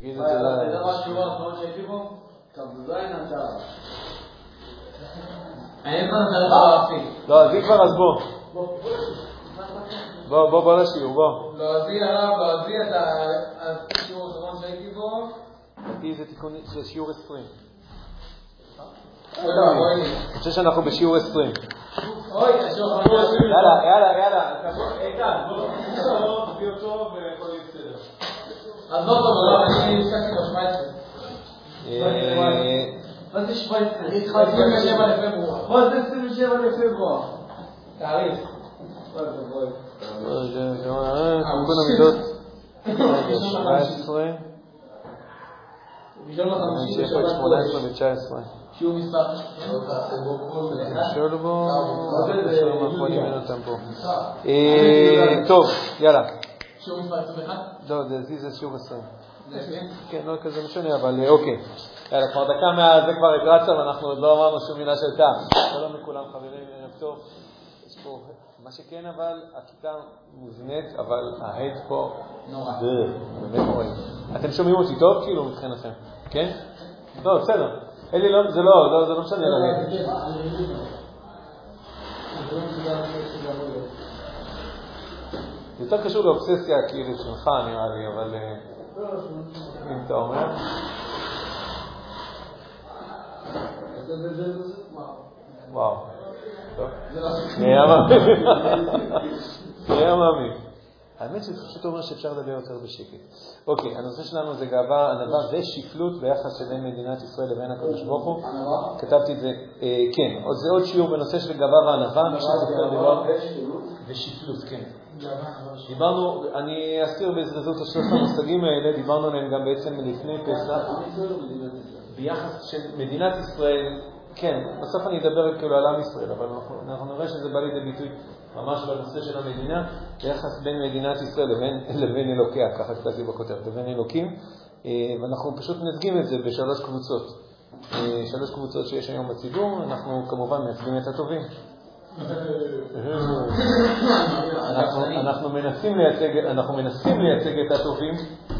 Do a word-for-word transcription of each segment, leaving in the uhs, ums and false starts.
תגיד את זה. זה מה שהוא האחרון שהייתי בו? כבוזיין נתר. אני אין כאן נתר באפי. לא, אז היא כבר אז בוא. בוא, בוא, בוא לשיעור, בוא. לא, אז היא הרב, אז היא את השיעור האחרון שהייתי בו. אותי זה תיקון, זה שיעור עשרים. אני חושב שאנחנו בשיעור עשרים. אוי, השיעור האחרון. יאללה, יאללה, יאללה. איתן, בוא תביא אותו וכל יהיה בסדר. אז לא טוב, לא, אני נפסקתי בשבע עשרה. מה זה שבע עשרה? עשרים ושבע לפברואר. מה זה עשרים ושבע לפברואר? תאריך. אוי, אוי. תיקון המידות. שבע עשרה. ראשון לחמישי. שמונה עשרה ותשע עשרה. שיעור מספר. שואלו בו. מאחרונים אין אותם פה. טוב, יאללה. שיעור מספר עשרים ואחת? לא, זה שיעור עשרים. כן, לא כזה משנה, אבל אוקיי. יאללה, כבר דקה מה... זה כבר הגרצה, ואנחנו עוד לא אמרנו שום מילה של טעם. שלום לכולם, חברים, ערב טוב. יש פה... מה שכן, אבל הכיתה מוזנית, אבל ההד פה... נורא. באמת רואים. אתם שומעים אותי טוב, כאילו, מבחינתכם? כן? לא, בסדר. אלי, לא, זה לא, זה לא משנה. זה יותר קשור לאובססיה, כאילו, שלך, נראה לי, אבל... אם אתה אומר... וואו. טוב. נהיה מאמין. נהיה מאמין. האמת שזה פשוט אומר שאפשר לדבר יותר בשקט. אוקיי, הנושא שלנו זה גאווה, ענווה ושפלות ביחס שבין מדינת ישראל לבין הקדוש ברוך הוא. כתבתי את זה, כן. זה עוד שיעור בנושא של גאווה וענווה. מי שזוכר דבר... ושפלות, כן. דיברנו, אני אזכיר בזריזות את שלושת המושגים האלה, דיברנו עליהם גם בעצם לפני פסח. ביחס של מדינת ישראל, כן, בסוף אני אדבר כאילו על עם ישראל, אבל אנחנו נראה שזה בא לידי ביטוי ממש בנושא של המדינה, ביחס בין מדינת ישראל לבין, לבין אלוקיה, ככה כתבתי בכותרת, לבין אלוקים, ואנחנו פשוט מייצגים את זה בשלוש קבוצות. שלוש קבוצות שיש היום בציבור, אנחנו כמובן מייצגים את הטובים. אנחנו, אנחנו מנסים לייצג, אנחנו מנסים לייצג את הטובים,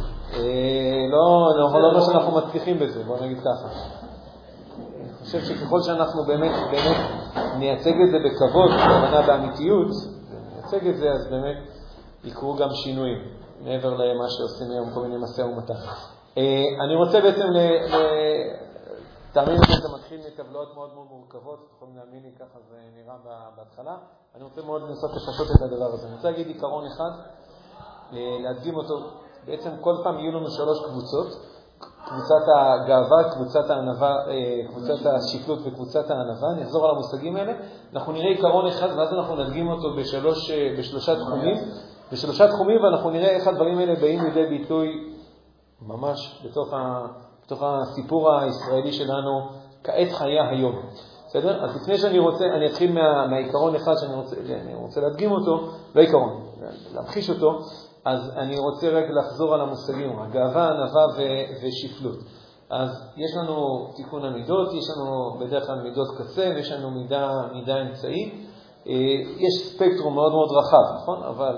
לא, לא מה שאנחנו מצליחים בזה, בוא נגיד ככה. אני חושב שככל שאנחנו באמת, באמת נייצג את זה בכבוד, בהבנה באמיתיות, ונייצג את זה, אז באמת יקרו גם שינויים, מעבר למה שעושים היום כל מיני מסע ומתן. אני רוצה בעצם, תאמינו לי, זה מתחיל מטבלאות מאוד מאוד מורכבות, אתם יכולים להאמין לי, ככה זה נראה בהתחלה. אני רוצה מאוד לנסות לפשוט את הדבר הזה. אני רוצה להגיד עיקרון אחד, להדגים אותו. בעצם כל פעם יהיו לנו שלוש קבוצות, קבוצת הגאווה, קבוצת הענווה, קבוצת השפלות וקבוצת הענווה. אני אחזור על המושגים האלה. אנחנו נראה עיקרון אחד, ואז אנחנו נדגים אותו בשלוש, בשלושה תחומים. בשלושה תחומים, ואנחנו נראה איך הדברים האלה באים לידי ביטוי ממש בתוך ה... בתוך הסיפור הישראלי שלנו כעת חיה היום. בסדר? אז לפני שאני רוצה, אני אתחיל מה, מהעיקרון אחד שאני רוצה, אני רוצה להדגים אותו, לא עיקרון, להמחיש אותו, אז אני רוצה רק לחזור על המושגים, הגאווה, ענווה ו- ושפלות. אז יש לנו תיקון המידות, יש לנו בדרך כלל מידות קצה, ויש לנו מידה, מידה אמצעית. יש ספקטרום מאוד מאוד רחב, נכון? אבל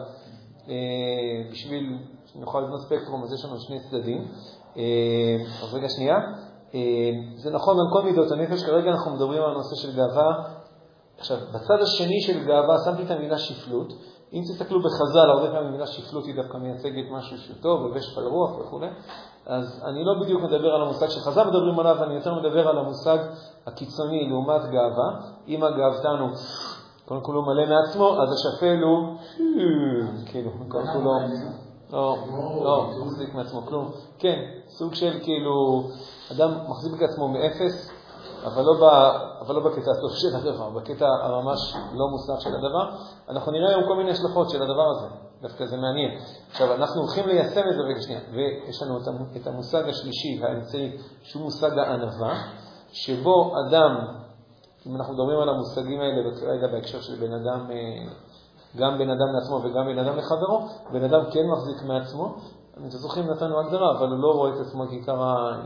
בשביל שנוכל לבנות ספקטרום, אז יש לנו שני צדדים. אז רגע שנייה, זה נכון על כל מידות הנפש, כרגע אנחנו מדברים על הנושא של גאווה. עכשיו, בצד השני של גאווה שמתי את המילה שפלות. אם תסתכלו בחז"ל, הרבה פעמים המילה שפלות היא דווקא מייצגת משהו שטוב ובשפל רוח וכו'. אז אני לא בדיוק מדבר על המושג שחז"ל מדברים עליו, אני יותר מדבר על המושג הקיצוני לעומת גאווה. אם הגאוותנו כל כולו מלא מעצמו, אז השפל הוא כאילו, כל כולו לא, לא, מחזיק מעצמו כלום. כן, סוג של כאילו, אדם מחזיק מעצמו מאפס, אבל לא, ב, אבל לא בקטע הטוב של הדבר, בקטע הממש לא מוסר של הדבר. אנחנו נראה היום כל מיני השלכות של הדבר הזה, דווקא זה מעניין. עכשיו, אנחנו הולכים ליישם את זה רגע שנייה, ויש לנו את המושג השלישי, האמצעי, שהוא מושג הענווה, שבו אדם, אם אנחנו מדברים על המושגים האלה כרגע בהקשר של בן אדם, גם בן אדם לעצמו וגם בן אדם לחברו, בן אדם כן מחזיק מעצמו, אני זוכרים נתנו הגדרה, אבל הוא לא רואה את עצמו כעיקר ה...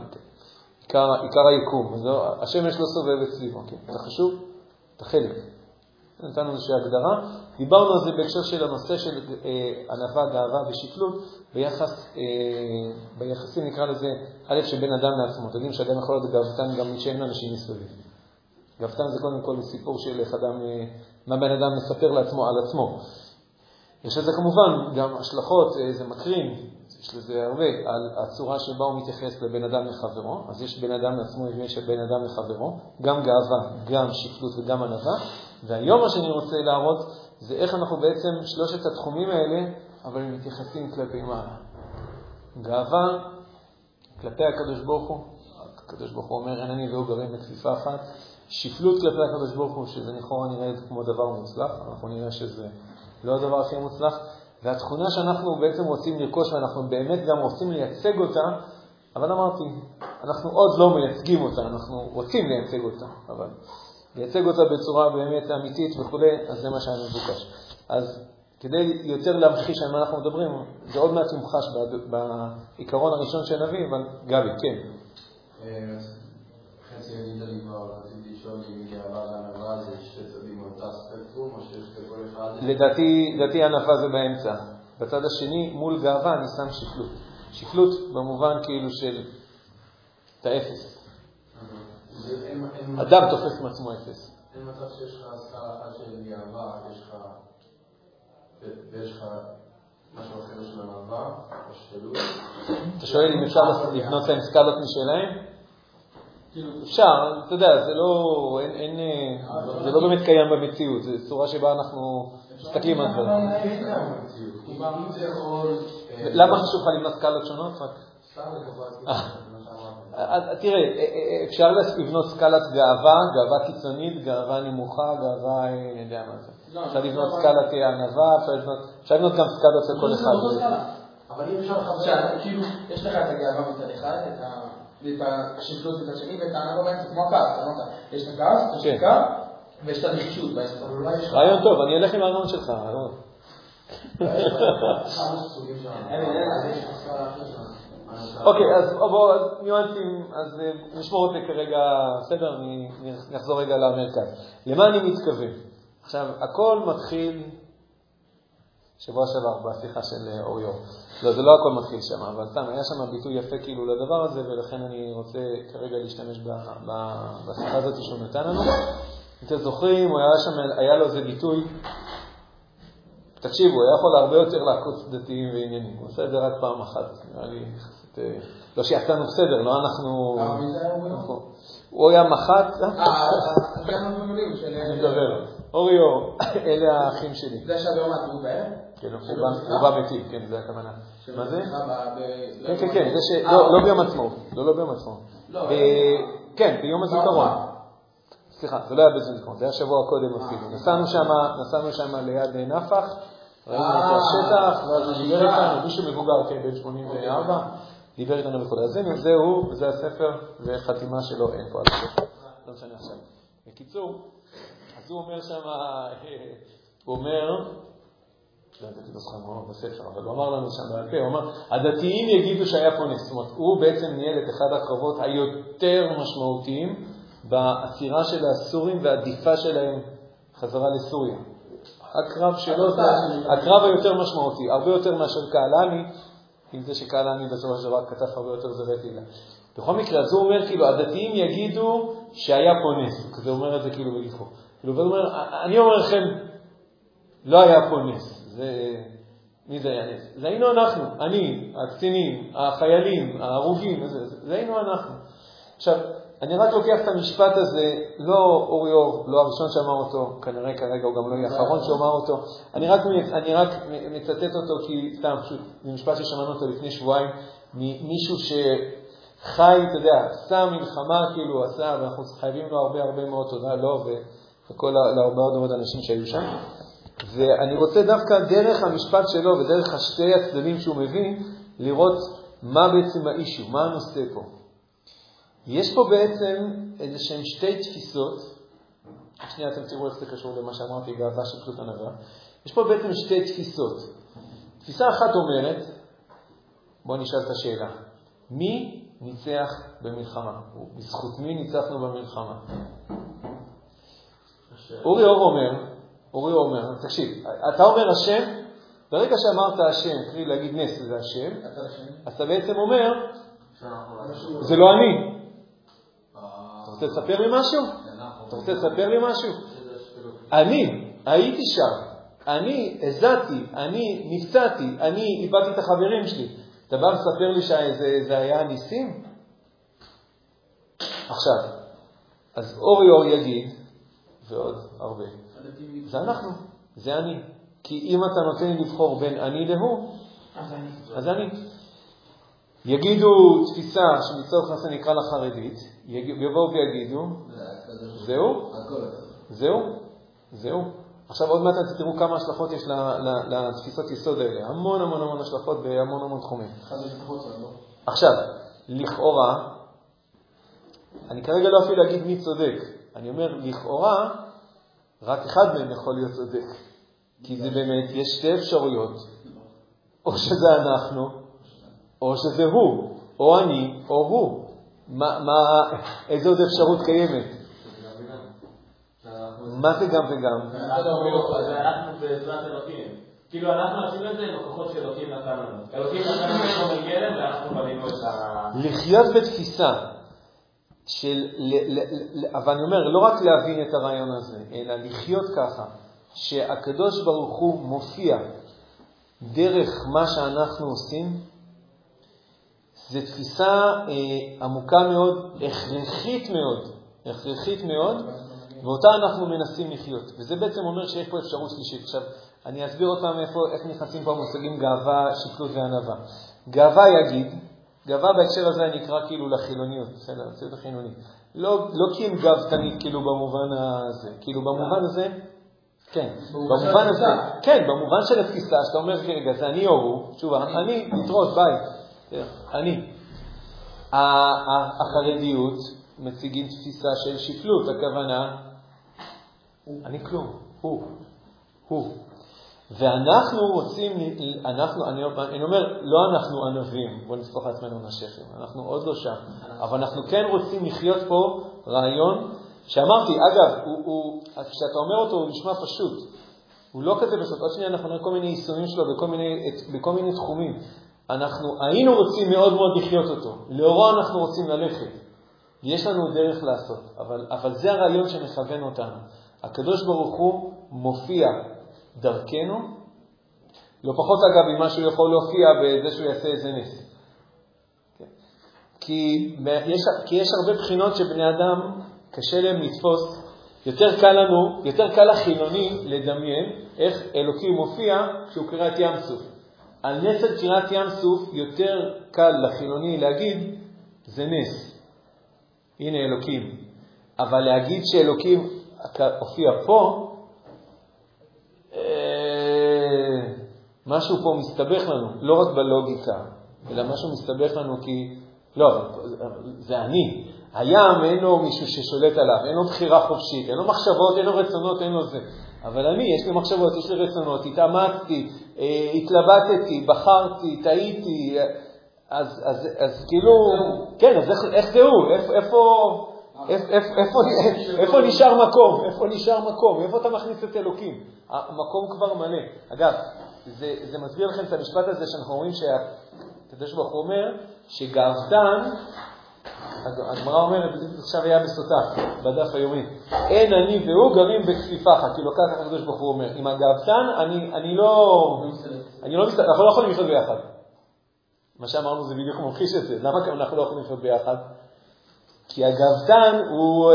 עיקר, עיקר היקום. השמש לא סובבת סביבו, כן? זה חשוב? את החלק. נתנו איזושהי הגדרה. דיברנו על זה בהקשר של הנושא של אה, ענווה, גאווה ושפלות, ביחס, אה, ביחסים נקרא לזה א' שבין אדם לעצמו. אתם יודעים שאדם יכול להיות גאוותן גם שאין אנשים מסביב. גאוותן זה קודם כל סיפור של איך אדם, אה, מה בן אדם מספר לעצמו על עצמו. יש לזה כמובן גם השלכות, זה מקרין, יש לזה הרבה, על הצורה שבה הוא מתייחס לבן אדם לחברו. אז יש בן אדם לעצמו, יש בן אדם לחברו, גם גאווה, גם שפלות וגם ענווה. והיום מה שאני רוצה להראות זה איך אנחנו בעצם שלושת התחומים האלה, אבל הם מתייחסים כלפי מעלה. גאווה כלפי הקדוש ברוך הוא, הקדוש ברוך הוא אומר אין אני והוא גרים בכפיפה אחת. שפלות כלפי הקדוש ברוך הוא, שזה לכאורה נראה כמו דבר מוצלח, אנחנו נראה שזה לא הדבר הכי מוצלח, והתכונה שאנחנו בעצם רוצים לרכוש ואנחנו באמת גם רוצים לייצג אותה, אבל אמרתי, אנחנו עוד לא מייצגים אותה, אנחנו רוצים לייצג אותה, אבל לייצג אותה בצורה באמת אמיתית וכו', אז זה מה שאני מבוקש. אז כדי יותר להמחיש על מה אנחנו מדברים, זה עוד מעט יומחש בעיקרון הראשון שנביא, אבל גבי, כן. חצי יגיד לי כבר, רציתי לשאול אם גאווה וענווה זה שתי צדים מאותה ספקטרום, או שיש לכל אחד... לדעתי ענווה זה באמצע. בצד השני, מול גאווה, אני שם שפלות. שפלות במובן כאילו של את האפס. אדם תופס מעצמו אפס. אין מצב שיש לך סקאלה אחת של גאווה, ויש לך משהו אחר של ענווה, או שפלות. אתה שואל אם אפשר לבנות להם סקאלות משלהם? אפשר, אתה יודע, זה לא, אין, אין, זה לא באמת קיים במציאות, זו צורה שבה אנחנו מסתכלים על דברים. למה חשוב לך לבנות סקאלות שונות? תראה, אפשר לבנות סקאלת גאווה, גאווה קיצונית, גאווה נמוכה, גאווה, אני יודע מה זה. אפשר לבנות סקאלת ענווה, אפשר לבנות גם סקאלות של כל אחד. אבל אם אפשר לחשוב, כאילו, יש לך את הגאווה מצד אחד, את ה... ואת השפלות מצד שני, ואת הענווה באמצע, כמו הכעס, אתה אמרת, יש את הכעס, את השתיקה, ויש את הנחישות באמצע. רעיון טוב, אני אלך עם הרעיון שלך, רעיון. אוקיי, אז בואו, ניואנסים, אז נשמור אותי כרגע, בסדר, אני נחזור רגע למרכז. למה אני מתכוון? עכשיו, הכל מתחיל שבוע שעבר בשיחה של אוריו. לא, זה לא הכל מתחיל שם, אבל סתם, היה שם ביטוי יפה כאילו לדבר הזה, ולכן אני רוצה כרגע להשתמש בשיחה הזאת שהוא נתן לנו. אם אתם זוכרים, הוא היה שם, היה לו איזה ביטוי, תקשיבו, הוא היה יכול הרבה יותר לעקוץ דתיים ועניינים. הוא עושה את זה רק פעם אחת. נראה לי, לא שיעשנו בסדר, לא אנחנו... הוא היה מחת... אה, גם המבולים של... אני מדבר. אוריו, אלה האחים שלי. זה שהביום הוא בערב? כן, הוא בא ביתי, כן, זה הכוונה. מה זה? כן, כן, כן, לא ביום עצמו. לא, לא ביום עצמו. כן, ביום הזיכרון. סליחה, זה לא היה ביום הזיכרון, זה היה שבוע קודם אפילו. נסענו שם ליד נפח, ראינו את השטח, ואז הוא דיבר איתנו, מישהו מבוגר, כן, בן שמונים וארבע, דיבר איתנו וכו'. אז זהו, זה הספר, וחתימה שלו אין פה על הספר. לא משנה עכשיו. בקיצור, אז הוא אומר שם, הוא אומר, לא יודעתי נוסחה מאוד בספר, אבל הוא אמר לנו שם בעל פה, הוא אמר, הדתיים יגידו שהיה פה נס. זאת אומרת, הוא בעצם ניהל את אחד הקרבות היותר משמעותיים בעצירה של הסורים והעדיפה שלהם חזרה לסוריה. הקרב שלו זה הקרב היותר משמעותי, הרבה יותר מאשר קהלני, עם זה שקהלני בסופו של דבר כתב הרבה יותר זרי תהילה. בכל מקרה, אז הוא אומר, כאילו, הדתיים יגידו שהיה פה נס. כזה אומר את זה כאילו בגיחו. כאילו, הוא אומר, אני אומר לכם, לא היה פה נס. זה, מי זה היה נס? זה היינו אנחנו, אני, הקצינים, החיילים, ההרוגים, זה, זה, זה היינו אנחנו. עכשיו, אני רק לוקח את המשפט הזה, לא אורי אור, לא הראשון שאמר אותו, כנראה כרגע הוא גם לא יהיה האחרון שאומר אותו, אני רק, אני רק מצטט אותו כי סתם, פשוט, זה משפט ששמענו אותו לפני שבועיים, ממישהו שחי, אתה יודע, עשה מלחמה, כאילו עשה, ואנחנו חייבים לו הרבה הרבה מאוד תודה, לו וכל להרבה עוד מאוד אנשים שהיו שם. ואני רוצה דווקא דרך המשפט שלו ודרך השתי הצדדים שהוא מביא, לראות מה בעצם האישו, מה הנושא פה. יש פה בעצם איזה שהן שתי תפיסות, שנייה אתם תראו איך זה קשור למה שאמרתי, גאווה של פלות ענווה. יש פה בעצם שתי תפיסות. תפיסה אחת אומרת, בואו נשאל את השאלה, מי ניצח במלחמה? בזכות מי ניצחנו במלחמה? אורי אור אומר אורי אומר, תקשיב, אתה אומר השם, ברגע שאמרת השם, קרי להגיד נס זה השם, אז אתה בעצם אומר, זה לא אני. אתה רוצה לספר לי משהו? אתה רוצה לספר לי משהו? אני הייתי שם, אני הזעתי, אני נפצעתי, אני איבדתי את החברים שלי. אתה בא לספר לי שזה היה ניסים? עכשיו, אז אורי אור יגיד, ועוד הרבה, זה אנחנו, זה אני. כי אם אתה נותן לי לבחור בין אני להוא, אז אני. יגידו תפיסה שמצורך נעשה נקרא לה חרדית, יבואו ויגידו, זהו? זהו? זהו? עכשיו עוד מעט תראו כמה השלכות יש לתפיסות יסוד האלה. המון המון המון השלכות בהמון המון תחומים. עכשיו, לכאורה, אני כרגע לא אפילו להגיד מי צודק. אני אומר, לכאורה, רק אחד מהם יכול להיות צודק. כי זה באמת, יש שתי אפשרויות. או שזה אנחנו, או שזה הוא. או אני, או הוא. מה, מה, איזו עוד אפשרות קיימת? מה זה גם וגם? זה אנחנו בעזרת אלוקים. כאילו אנחנו עשינו את זה עם הכוחות שאלוקים נתן לנו. אלוקים נתן לנו את גלם ואנחנו בנינו את ה... לחיות בתפיסה של... אבל אני אומר, לא רק להבין את הרעיון הזה, אלא לחיות ככה, שהקדוש ברוך הוא מופיע דרך מה שאנחנו עושים, זו תפיסה אה, עמוקה מאוד, הכרחית מאוד, הכרחית מאוד, ואותה אנחנו מנסים לחיות. וזה בעצם אומר שיש פה אפשרות שלישית. עכשיו, אני אסביר עוד פעם איפה, איך נכנסים פה המושגים גאווה, שפלות וענווה. גאווה יגיד, גאווה בהקשר הזה אני אקרא כאילו לחילוניות, בסדר, הציאות החילונית. לא, לא כי הם גאוותנית כאילו במובן הזה, כאילו במובן הזה, כן, במובן הזה, כן, במובן של התפיסה, שאתה אומר כרגע, זה אני או הוא, תשובה, אני, נתראות, ביי, אני. החרדיות מציגים תפיסה של שפלות, הכוונה, אני כלום, הוא, הוא. ואנחנו רוצים, אנחנו, אני, אני אומר, לא אנחנו ענבים, בוא נספוך לעצמנו נשכים, אנחנו עוד לא שם, אבל אנחנו כן רוצים לחיות פה רעיון, שאמרתי, אגב, הוא, הוא, כשאתה אומר אותו הוא נשמע פשוט, הוא לא כזה פשוט, עוד שנייה אנחנו נראה כל מיני יישומים שלו בכל מיני, בכל מיני תחומים, אנחנו היינו רוצים מאוד מאוד לחיות אותו, לאורו אנחנו רוצים ללכת, יש לנו דרך לעשות, אבל, אבל זה הרעיון שמכוון אותנו. הקדוש ברוך הוא מופיע דרכנו, לא פחות אגב ממה שהוא יכול להופיע בזה שהוא יעשה איזה נס. כי יש, כי יש הרבה בחינות שבני אדם קשה להם לתפוס, יותר קל לנו, יותר קל לחילוני לדמיין איך אלוקים מופיע כשהוא קרא את ים סוף. על נס של קריאת ים סוף יותר קל לחילוני להגיד זה נס. הנה אלוקים. אבל להגיד שאלוקים הופיע פה, משהו פה מסתבך לנו, לא רק בלוגיקה, אלא משהו מסתבך לנו כי, לא, זה אני. הים אין לו מישהו ששולט עליו, אין לו בחירה חופשית, אין לו מחשבות, אין לו רצונות, אין לו זה. אבל אני, יש לי מחשבות, יש לי רצונות, התאמצתי, התלבטתי, בחרתי, טעיתי, אז, אז, אז כאילו, כן, אז איך, איך זה הוא? איפה, איפה, איפה, איפה נשאר מקום? איפה נשאר מקום? איפה אתה מכניס את אלוקים? המקום כבר מלא. אגב, זה, זה מסביר לכם את המשפט הזה שאנחנו אומרים שהקדוש ברוך הוא אומר שגאוותן, הגמרא אומרת, עכשיו היה בסוטה, בדף היומי, אין אני והוא גרים בכפיפך, כאילו ככה הקדוש ברוך הוא אומר, עם הגאוותן אני, אני לא, אני לא מסתכל, אנחנו לא יכולים לחיות ביחד. מה שאמרנו זה בדיוק ממחיש את זה. למה אנחנו לא יכולים לחיות ביחד? כי הגאוותן הוא,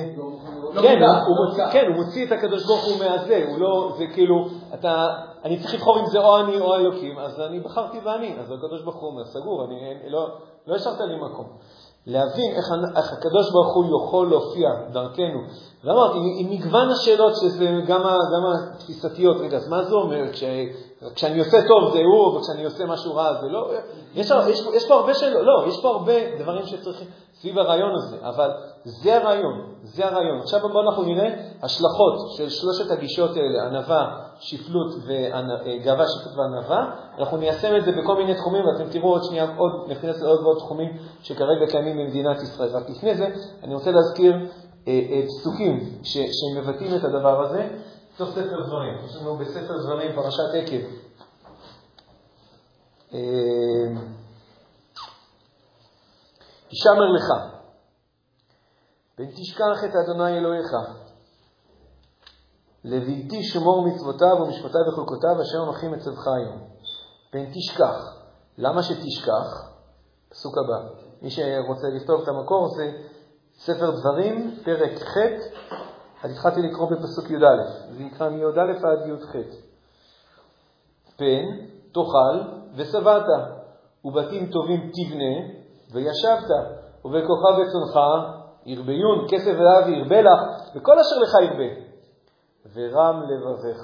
כן, הוא מוציא את הקדוש ברוך הוא מהזה, הוא לא, זה כאילו, אתה, אני צריך לבחור אם זה או אני או אלוקים, אז אני בחרתי ואני, אז הקדוש ברוך הוא אומר, סגור, אני לא, לא השארת לי מקום. להבין איך, איך הקדוש ברוך הוא יכול להופיע דרכנו. ואמרתי, עם מגוון השאלות שזה גם, גם התפיסתיות, רגע, אז מה זה אומר? כש, כשאני עושה טוב זה הוא, וכשאני עושה משהו רע זה לא, יש, יש, יש פה הרבה שאלות, לא, יש פה הרבה דברים שצריכים סביב הרעיון הזה, אבל זה הרעיון, זה הרעיון. עכשיו בואו אנחנו נראה השלכות של שלושת הגישות האלה, ענווה, שפלות וגאווה, שפלות וענווה. אנחנו ניישם את זה בכל מיני תחומים, ואתם תראו עוד שנייה, עוד נכנס לעוד ועוד תחומים שכרגע קיימים במדינת ישראל. רק לפני זה, אני רוצה להזכיר אה, אה, פסוקים ש, שמבטאים את הדבר הזה. סוף ספר דברים. יש לנו בספר דברים פרשת עקב. ישמר לך, פן תשכח את אדוני אלוהיך, לבלתי שמור מצוותיו ומשפטיו וחוקותיו אשר אנוכי מצווך היום. פן תשכח. למה שתשכח? פסוק הבא. מי שרוצה לכתוב את המקור זה ספר דברים, פרק ח'. אז התחלתי לקרוא בפסוק י' א'. זה נקרא מי' א' עד י' ח'. פן תאכל ושבעת, ובתים טובים תבנה וישבת, ובכוכב וצונך ירביון, כסף ולהב ירבה לך, וכל אשר לך ירבה. ורם לבביך.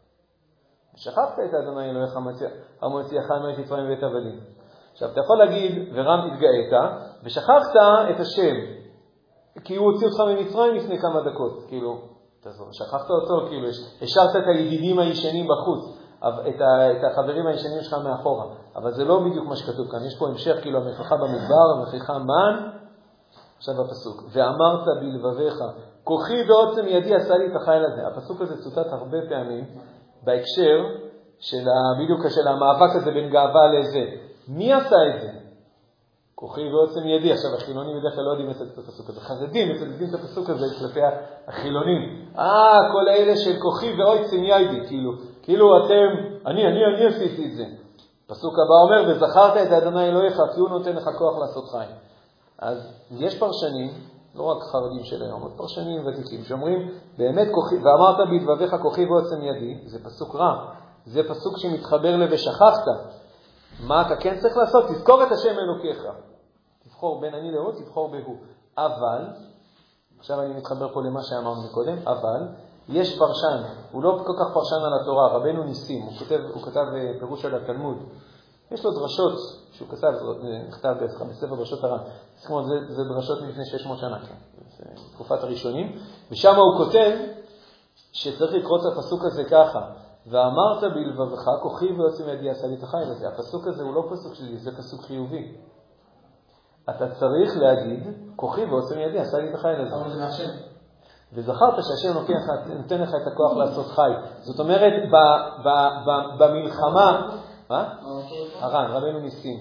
ושכחת את אדוני אלוהיך המוציאך מארץ מצרים ובית עבדים. עכשיו אתה יכול להגיד ורם התגאית, ושכחת את השם, כי הוא הוציא אותך ממצרים לפני כמה דקות. כאילו, שכחת אותו, כאילו, השארת את הידידים הישנים בחוץ, את, ה, את החברים הישנים שלך מאחורה. אבל זה לא בדיוק מה שכתוב כאן. יש פה המשך, כאילו, המפחה במדבר, המפחה מן. עכשיו הפסוק. ואמרת בלבביך, כוחי ועוצם ידי עשה לי את החיל הזה. הפסוק הזה צוטט הרבה פעמים בהקשר של בדיוק של המאבק הזה בין גאווה לזה. מי עשה את זה? כוחי ועוצם ידי. עכשיו החילונים בדרך כלל לא יודעים את הפסוק הזה. חרדים מצטטים את הפסוק הזה כלפי החילונים. אה, כל האלה של כוחי ועוצם ידי. כאילו, כאילו אתם, אני, אני, אני עשיתי את זה. פסוק הבא אומר, וזכרת את אדוני אלוהיך, כי הוא נותן לך כוח לעשות חיים. אז יש פרשנים, לא רק חרדים של היום, עוד פרשנים ותיקים, שאומרים, באמת כוחי, ואמרת בלבביך כוחי ועוצם ידי, זה פסוק רע, זה פסוק שמתחבר לבשכחת. מה אתה כן צריך לעשות? תזכור את השם אלוקיך. תבחור בין אני להוא, תבחור בהוא. אבל, עכשיו אני מתחבר פה למה שאמרנו מקודם, אבל, יש פרשן, הוא לא כל כך פרשן על התורה, רבנו ניסים, הוא כתב, הוא כתב פירוש על התלמוד. יש לו דרשות שהוא כתב, נכתב בספר דרשות הר"ן. זה, זה דרשות מלפני שש מאות שנה, כן. זה תקופת הראשונים. ושם הוא כותב שצריך לקרוא את הפסוק הזה ככה. ואמרת בלבבך, כוחי ועוצם ידי עשה לי את החיל הזה. הפסוק הזה הוא לא פסוק שלי, זה פסוק חיובי. אתה צריך להגיד, כוחי ועוצם ידי עשה לי את החיל הזה. אבל זה מהשם. וזכרת שהשם נותן לך את הכוח לעשות חי. זאת אומרת, ב, ב, ב, במלחמה, מה? הר"ן, רבנו ניסים.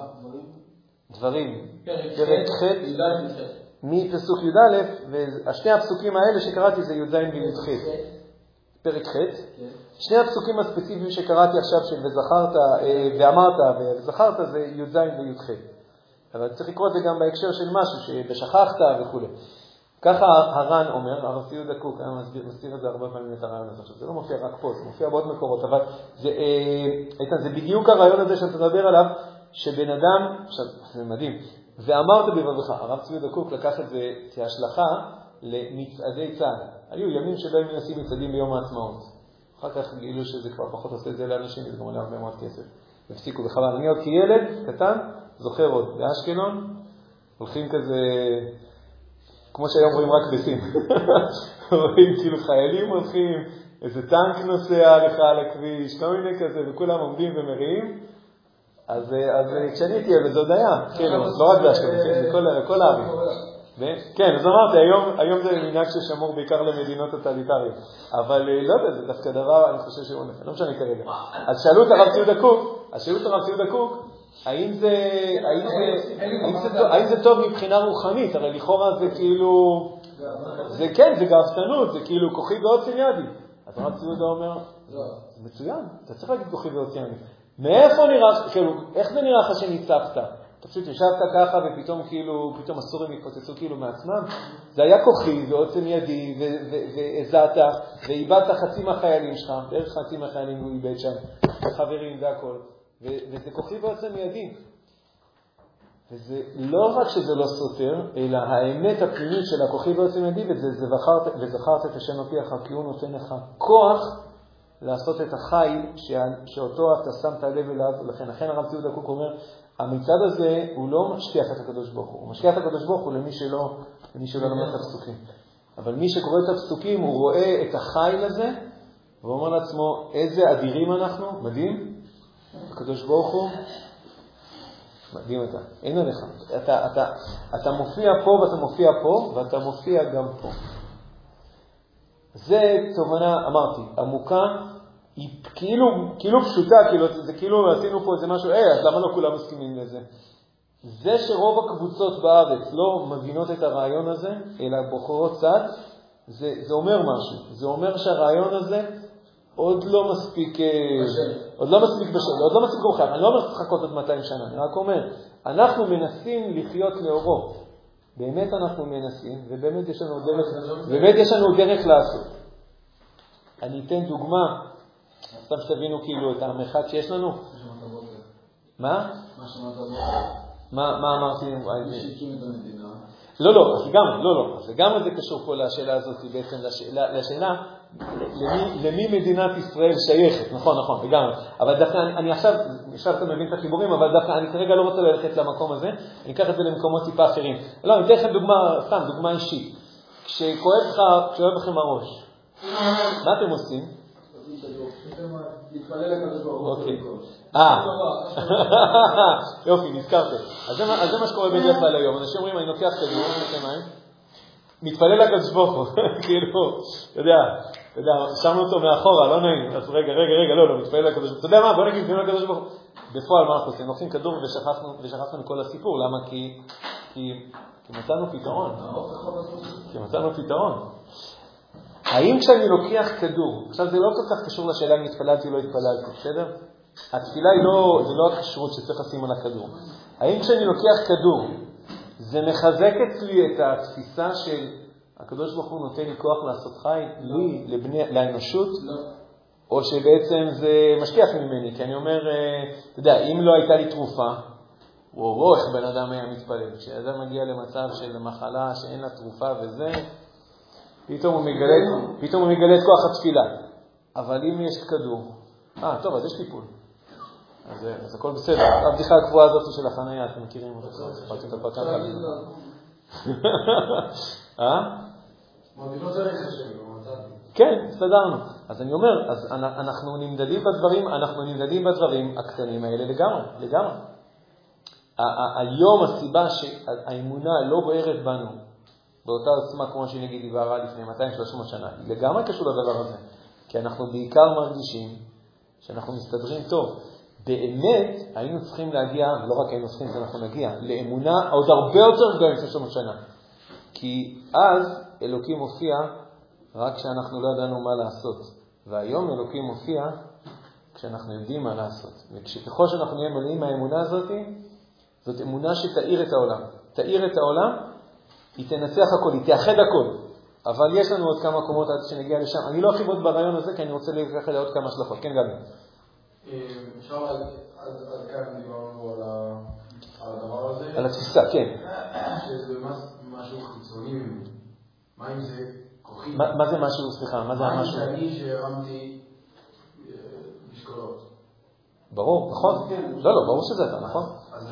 דברים. פרק ח' מפסוק י' א', והשני הפסוקים האלה שקראתי זה י' ז' וי' ח'. פרק ח'. שני הפסוקים הספציפיים שקראתי עכשיו של וזכרת ואמרת וזכרת זה י' ז' וי' ח'. אבל צריך לקרוא את זה גם בהקשר של משהו שבשכחת וכו'. ככה הר"ן אומר, הרב ציודה קוק, אני מסביר, מסביר את זה הרבה פעמים את הרעיון הזה. עכשיו, זה לא מופיע רק פה, זה מופיע בעוד מקורות, אבל זה, איתן, זה בדיוק הרעיון הזה שאתה מדבר עליו, שבן אדם, עכשיו, זה מדהים, ואמרת בלבבך, הרב ציודה קוק לקח את זה כהשלכה למצעדי צה"ל. היו ימים שבהם מנסים מצעדים ביום העצמאות. אחר כך גילו שזה כבר פחות עושה את זה לאנשים, זה גם עולה הרבה מאוד כסף. הפסיקו בחבל. אני עוד כילד, קטן, זוכר עוד, באשקלון, הולכים כזה... כמו שהיום רואים רק בסין. רואים כאילו חיילים הולכים, איזה טנק נוסע לך על הכביש, כל מיני כזה, וכולם עומדים ומריעים. אז, אז כשאני הייתי ילד, זה עוד היה. כן, לא רק באשקלון, זה כל הערים. כן, אז אמרתי, היום, היום זה מנהג ששמור בעיקר למדינות טוטליטריות. אבל לא יודע, זה דווקא דבר, אני חושב שהוא נפל. לא משנה כרגע. אז שאלו את הרב ציודה קוק, אז שאלו את הרב ציודה קוק, האם זה, האם זה, האם זה, טוב, האם זה טוב מבחינה רוחנית? הרי לכאורה זה כאילו, זה כן, זה גאוותנות, זה כאילו כוחי ועוצם ידי. אז הרב ציודה אומר, מצוין, אתה צריך להגיד כוחי ועוצם ידי. מאיפה נראה, כאילו, איך זה נראה לך שניצחת? אתה פשוט ישבת ככה ופתאום כאילו, פתאום הסורים התפוצצו כאילו מעצמם. זה היה כוחי ועוצם ידי והזעת ואיבדת חצי מהחיילים שלך, בערך חצי מהחיילים הוא איבד שם, וחברים והכל. וזה כוחי ועוצם ידי. וזה לא רק שזה לא סותר, אלא האמת הפנימית של הכוחי ועוצם ידי, וזה זכרת, וזכרת את השם נפיח, כי הוא נותן לך כוח לעשות את החיל שאותו אתה שמת לב אליו. לכן, לכן הרב ציודה קוק אומר, המצד הזה הוא לא משכיח את הקדוש ברוך הוא. הוא משכיח את הקדוש ברוך הוא למי שלא, למי שלא לומד את הפסוקים. אבל מי שקורא את הפסוקים, הוא רואה את החיל הזה, ואומר לעצמו, איזה אדירים אנחנו, מדהים. הקדוש ברוך הוא, מדהים אתה, אין עליך. אתה, אתה, אתה מופיע פה ואתה מופיע פה, ואתה מופיע גם פה. זה תובנה, אמרתי, עמוקה, היא כאילו, כאילו פשוטה, כאילו, זה כאילו עשינו פה איזה משהו, אה, אז למה לא כולם מסכימים לזה? זה שרוב הקבוצות בארץ לא מבינות את הרעיון הזה, אלא בוחרות צד, זה, זה אומר משהו. זה אומר שהרעיון הזה עוד לא מספיק, עוד לא מספיק בשל, עוד לא מספיק רוחב. אני לא אומר לחכות עוד מאתיים שנה, אני רק אומר, אנחנו מנסים לחיות לאורו. באמת אנחנו מנסים, ובאמת יש לנו דרך, באמת יש לנו דרך לעשות. אני אתן דוגמה, סתם שתבינו כאילו את המרחק שיש לנו. מה? מה, מה אמרתי? לא, לא, לגמרי, לא, לא. לגמרי זה קשור פה לשאלה הזאת, בעצם לשאלה, לשאלה למי, למי מדינת ישראל שייכת. נכון, נכון, לגמרי. אבל דווקא אני, אני עכשיו, עכשיו אתה מבין את החיבורים, אבל דווקא אני כרגע לא רוצה ללכת למקום הזה, אני אקח את זה למקומות טיפה אחרים. לא, אני אתן לכם דוגמה, סתם, דוגמה אישית. כשכואב לך, כשכואב לכם הראש, מה אתם עושים? להתפלל לקדוש ברוך הוא. אוקיי. אה. יופי, נזכרתם. אז זה מה שקורה בדרך כלל היום. אנשים אומרים, אני לוקח כדור, מתפלל לקדוש ברוך הוא. כאילו, אתה יודע, אתה יודע, שמנו אותו מאחורה, לא נעים. אז רגע, רגע, רגע, לא, לא, מתפלל לקדוש ברוך הוא. אתה יודע מה? בוא נגיד, מתפלל לקדוש ברוך הוא. בפועל מה אנחנו עושים? לוקחים כדור ושכחנו מכל הסיפור. למה? כי מצאנו פתרון. כי מצאנו פתרון. האם כשאני לוקח כדור, עכשיו זה לא כל כך קשור לשאלה אם התפללתי או לא התפללתי, בסדר? התפילה היא לא, זה לא הכשרות שצריך לשים על הכדור. האם כשאני לוקח כדור, זה מחזק אצלי את התפיסה של הקדוש ברוך הוא נותן לי כוח לעשות חי, לי, לבני, לאנושות? לא. או שבעצם זה משכיח ממני, כי אני אומר, אתה יודע, אם לא הייתה לי תרופה, וואו, וואו, איך בן אדם היה מתפלל. כשאדם מגיע למצב של מחלה שאין לה תרופה וזה, פתאום הוא מגלה, פתאום הוא מגלה את כוח התפילה. אבל אם יש כדור, אה, טוב, אז יש טיפול. אז, אז הכל בסדר. הבדיחה הקבועה הזאת של החניה, אתם מכירים אותה? ספרתי את הפרקה כאן. אה? מודינות זה רכב שלי, במצאתי. כן, הסתדרנו. אז אני אומר, אז אנחנו נמדדים בדברים, אנחנו נמדדים בדברים הקטנים האלה לגמרי, לגמרי. היום הסיבה שהאמונה לא בוערת בנו, באותה עוצמה כמו שנגיד דיברה לפני מאתיים שלוש מאות שנה, היא לגמרי קשור לדבר הזה. כי אנחנו בעיקר מרגישים שאנחנו מסתדרים טוב. באמת היינו צריכים להגיע, ולא רק היינו צריכים, אנחנו נגיע, לאמונה עוד הרבה יותר גדולה לפני שלוש מאות שנה. כי אז אלוקים מופיע רק כשאנחנו לא ידענו מה לעשות. והיום אלוקים מופיע כשאנחנו יודעים מה לעשות. וכשככל שאנחנו נהיה מלאים מהאמונה הזאת, זאת אמונה שתאיר את העולם. תאיר את העולם, היא תנצח הכל, היא תאחד הכל. אבל יש לנו עוד כמה קומות עד שנגיע לשם. אני לא אחיבות ברעיון הזה, כי אני רוצה לקחת לעוד כמה שלחות. כן, גבי. אפשר עד כאן דיברנו על הדבר הזה? על התפיסה, כן. שזה משהו חיצוני ממני. מה אם זה כוחי? מה זה משהו, סליחה, מה זה משהו? מה אם שאני שהרמתי משקולות? ברור, נכון? לא, לא, ברור שזה אתה, נכון?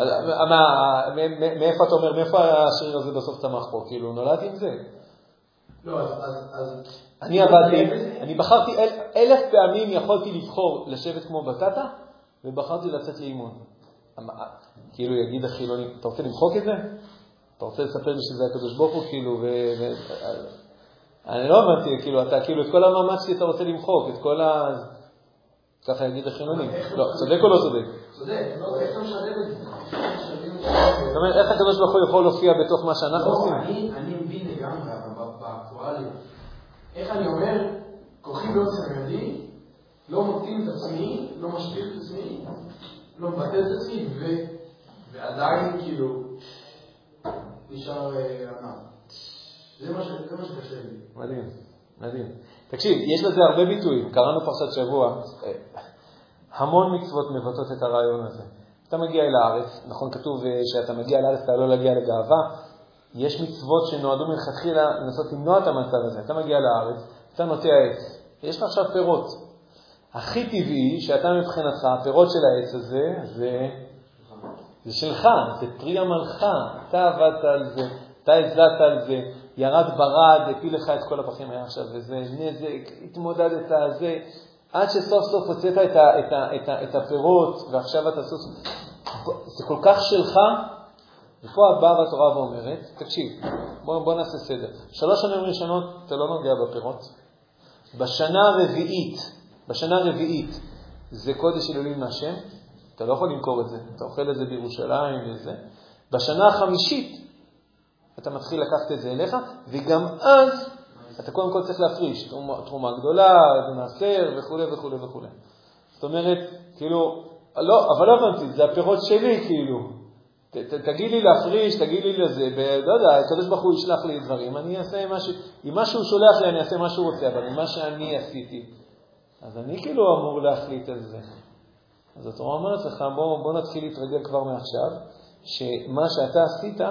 מאיפה אתה אומר, מאיפה השריר הזה בסוף צמח פה? כאילו, נולד עם זה? לא, אז... אני עבדתי, אני בחרתי, אלף פעמים יכולתי לבחור לשבת כמו בטטה, ובחרתי לצאת לאימון. כאילו יגיד החילוני, אתה רוצה למחוק את זה? אתה רוצה לספר לי שזה הקדוש ברוך הוא, כאילו, ו... אני לא הבנתי, כאילו, אתה, כאילו, את כל המאמץ שלי אתה רוצה למחוק, את כל ה... ככה יגיד החילוני. לא, צודק או לא צודק? צודק, לא, איך אתה משלב את זה? זאת אומרת, איך הקדוש ברוך הוא יכול להופיע בתוך מה שאנחנו עושים? אני מבין לגמרי, אבל באקטואליה. איך אני אומר, כוחי בעוצם ידי, לא מוקטין את עצמי, לא משפיל את עצמי, לא מבטל את עצמי, ועדיין כאילו נשאר ענב. זה מה שקשה לי. מדהים, מדהים. תקשיב, יש לזה הרבה ביטויים. קראנו פרשת שבוע, המון מצוות מבטאות את הרעיון הזה. אתה מגיע אל הארץ, נכון כתוב שאתה מגיע אל הארץ, אתה לא להגיע לגאווה. יש מצוות שנועדו מלכתחילה לנסות למנוע את המצב הזה. אתה מגיע לארץ, אתה נוטע עץ, יש לך עכשיו פירות. הכי טבעי שאתה מבחינתך, הפירות של העץ הזה, זה, זה שלך, זה פרי עמלך. אתה עבדת על זה, אתה הזעת על זה, ירד ברד, הפיל לך את כל הפחים היה עכשיו, וזה נזק, התמודדת על זה, עד שסוף סוף הוצאת את, ה, את, ה, את, ה, את הפירות, ועכשיו אתה סוף, זה כל כך שלך. ופה הבאה בתורה ואומרת, תקשיב, בוא, בוא נעשה סדר. שלוש שנים ראשונות אתה לא נוגע בפירות, בשנה הרביעית, בשנה הרביעית, זה קודש אלוהים מהשם, אתה לא יכול למכור את זה, אתה אוכל את זה בירושלים וזה. בשנה החמישית, אתה מתחיל לקחת את זה אליך, וגם אז, אתה קודם כל צריך להפריש, תרומה, תרומה גדולה, מעשר וכו' וכו' וכו'. זאת אומרת, כאילו, לא, אבל לא הבנתי, זה הפירות שלי, כאילו. ת, ת, תגיד לי להפריש, תגיד לי לזה, לא יודע, הקדוש ברוך הוא ישלח לי דברים, אני אעשה מה ש... אם משהו שולח לי, אני אעשה מה שהוא רוצה, אבל אם מה שאני עשיתי, אז אני כאילו אמור להחליט על זה. אז התורה אומרת לך, בוא, בוא נתחיל להתרגל כבר מעכשיו, שמה שאתה עשית,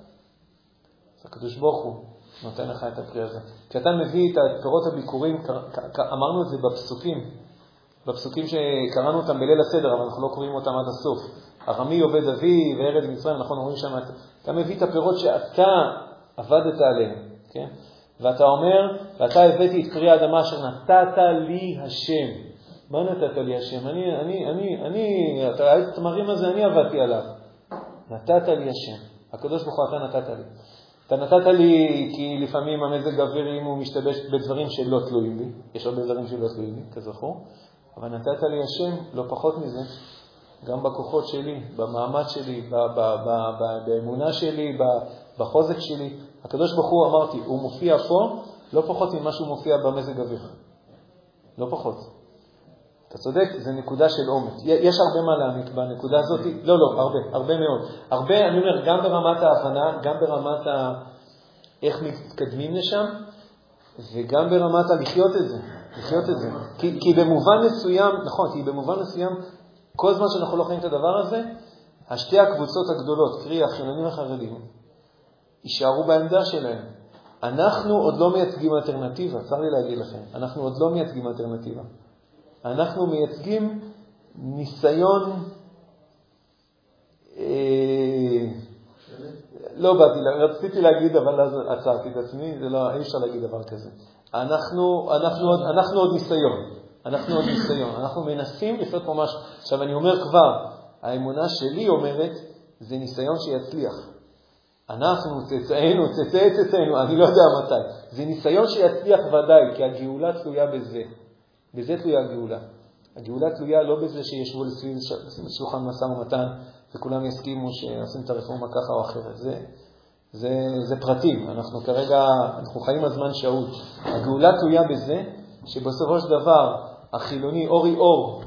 אז הקדוש ברוך הוא נותן לך את הפרי הזה. כשאתה מביא את פירות הביקורים, אמרנו את זה בפסוקים, בפסוקים שקראנו אותם בליל הסדר, אבל אנחנו לא קוראים אותם עד הסוף. ארמי עובד אבי וארץ מצרים, נכון, אומרים שם, אתה מביא את הפירות שאתה עבדת עליהם, כן? ואתה אומר, ואתה הבאתי את פרי האדמה אשר נתת לי השם. מה נתת לי השם? אני, אני, אני, אני, אתה ראית את המרים הזה, אני עבדתי עליו. נתת לי השם. הקדוש ברוך הוא אתה נתת לי. אתה נתת לי כי לפעמים המזג האוויר אם הוא משתבש בדברים שלא תלויים לי. יש הרבה דברים שלא תלויים לי, כזכור. אבל נתת לי השם, לא פחות מזה, גם בכוחות שלי, במעמד שלי, ב- ב- ב- ב- באמונה שלי, ב- בחוזק שלי. הקדוש ברוך הוא, אמרתי, הוא מופיע פה, לא פחות ממה שהוא מופיע במזג האוויר. לא פחות. אתה צודק, זה נקודה של עומק. יש הרבה מה להעמיק בנקודה הזאת. לא, לא, הרבה, הרבה מאוד. הרבה, אני אומר, גם ברמת ההבנה, גם ברמת ה... איך מתקדמים לשם, וגם ברמת הלחיות את זה. לחיות את זה. כי, כי במובן מסוים, נכון, כי במובן מסוים, כל זמן שאנחנו לא חיים את הדבר הזה, השתי הקבוצות הגדולות, קרי החילונים החרדים, יישארו בעמדה שלהם. אנחנו עוד לא מייצגים אלטרנטיבה, צר לי להגיד לכם. אנחנו עוד לא מייצגים אלטרנטיבה. אנחנו מייצגים ניסיון, אה, לא באתי, רציתי להגיד, אבל אז עצרתי את עצמי, זה לא, אי אפשר להגיד דבר כזה. אנחנו, אנחנו, עוד, אנחנו עוד ניסיון, אנחנו עוד ניסיון, אנחנו מנסים לעשות פה משהו. עכשיו אני אומר כבר, האמונה שלי אומרת, זה ניסיון שיצליח. אנחנו, צאצאינו, צאצאי צאצאינו, אני לא יודע מתי. זה ניסיון שיצליח ודאי, כי הגאולה תלויה בזה. בזה תלויה הגאולה. הגאולה תלויה לא בזה שישבו לסביב שולחן משא ומתן, וכולם יסכימו שעושים את הרפורמה ככה או אחרת. זה, זה, זה פרטים. אנחנו כרגע, אנחנו חיים הזמן שהות. הגאולה תלויה בזה שבסופו של דבר החילוני אורי אור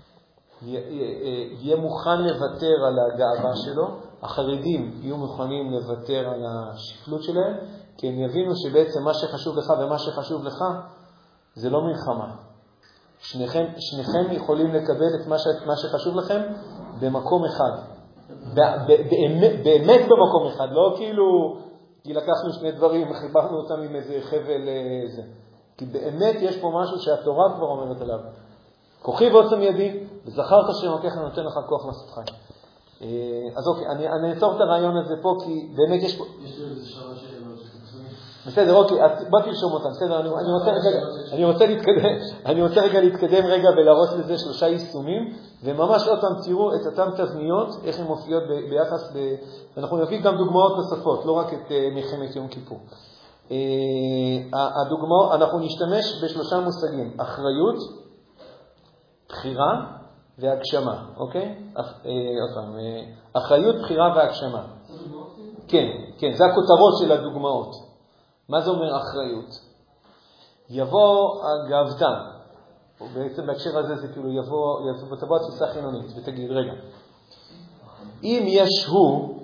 יהיה מוכן לוותר על הגאווה שלו, החרדים יהיו מוכנים לוותר על השפלות שלהם, כי הם יבינו שבעצם מה שחשוב לך ומה שחשוב לך זה לא מלחמה. שניכם, שניכם יכולים לקבל את מה, ש, מה שחשוב לכם במקום אחד. באמת, באמת במקום אחד, לא כאילו כי לקחנו שני דברים וחיברנו אותם עם איזה חבל זה. כי באמת יש פה משהו שהתורה כבר אומרת עליו. כוחי ועוצם ידי, וזכרת שמכך נותן לך כוח לעשות חיים. אז אוקיי, אני, אני אעצור את הרעיון הזה פה, כי באמת יש פה... יש לי איזה שעה שאלות שתחסמים. בסדר, אוקיי, בוא תרשום אותם, בסדר, אני, אני, רוצה, רגע, אני, רוצה להתקדם, אני רוצה רגע להתקדם רגע ולהרוס לזה שלושה יישומים, וממש עוד פעם תראו את אותם תבניות, איך הן מופיעות ב, ביחס, ב, ואנחנו נביא גם דוגמאות נוספות, לא רק את uh, מלחמת יום כיפור. Uh, הדוגמאות, אנחנו נשתמש בשלושה מושגים, אחריות, בחירה והגשמה, אוקיי? עוד פעם, אחריות, בחירה והגשמה. כן, כן, זה הכותרות של הדוגמאות. מה זה אומר אחריות? יבוא הגאוותן, או בעצם בהקשר הזה זה כאילו יבוא, יבוא תבוא התפיסה חילונית, ותגיד, רגע, אם יש הוא,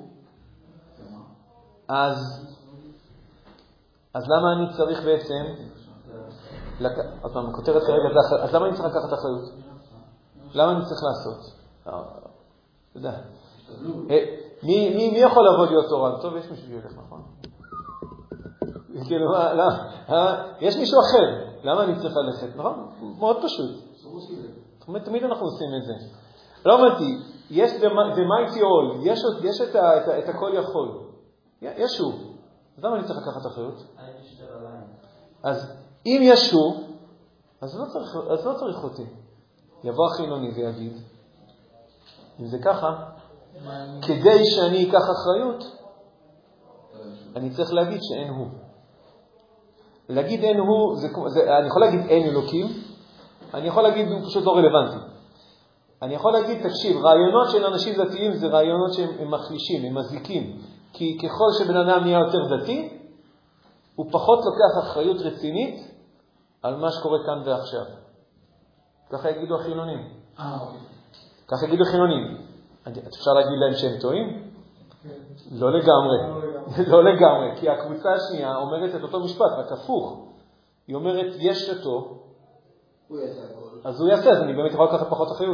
אז, אז למה אני צריך בעצם, לק... עוד פעם, הכותרת כרגע זה אחריות, אז למה אני צריך לקחת אחריות? למה אני צריך לעשות? אתה יודע. מי, מי, מי יכול לבוא להיות תורן? טוב, יש מישהו שילך, נכון? כאילו, לא, יש מישהו אחר. למה אני צריך ללכת? נכון? מאוד פשוט. תמיד אנחנו עושים את זה. לא אמרתי, יש the mighty all, יש, יש את, ה, את, ה, את הכל יכול. יש הוא. אז למה אני צריך לקחת אחריות? אז אם יש הוא, אז לא צריך, אז לא צריך אותי. יבוא החילוני ויגיד, אם זה ככה, כדי שאני אקח אחריות, אני צריך להגיד שאין הוא. להגיד אין הוא, זה, זה, אני יכול להגיד אין אלוקים, אני יכול להגיד הוא פשוט לא רלוונטי. אני יכול להגיד, תקשיב, רעיונות של אנשים דתיים זה רעיונות שהם מחלישים, הם מזיקים. כי ככל שבן אדם נהיה יותר דתי, הוא פחות לוקח אחריות רצינית על מה שקורה כאן ועכשיו. ככה יגידו החילונים. אה, אוקיי. ככה יגידו החילונים. אפשר להגיד להם שהם טועים? לא לגמרי. לא לגמרי. כי הקבוצה השנייה אומרת את אותו משפט, רק הפוך. היא אומרת, יש אותו, הוא יעשה הכל. אז הוא יעשה, אז אני באמת יכול לקחת פחות אחריות.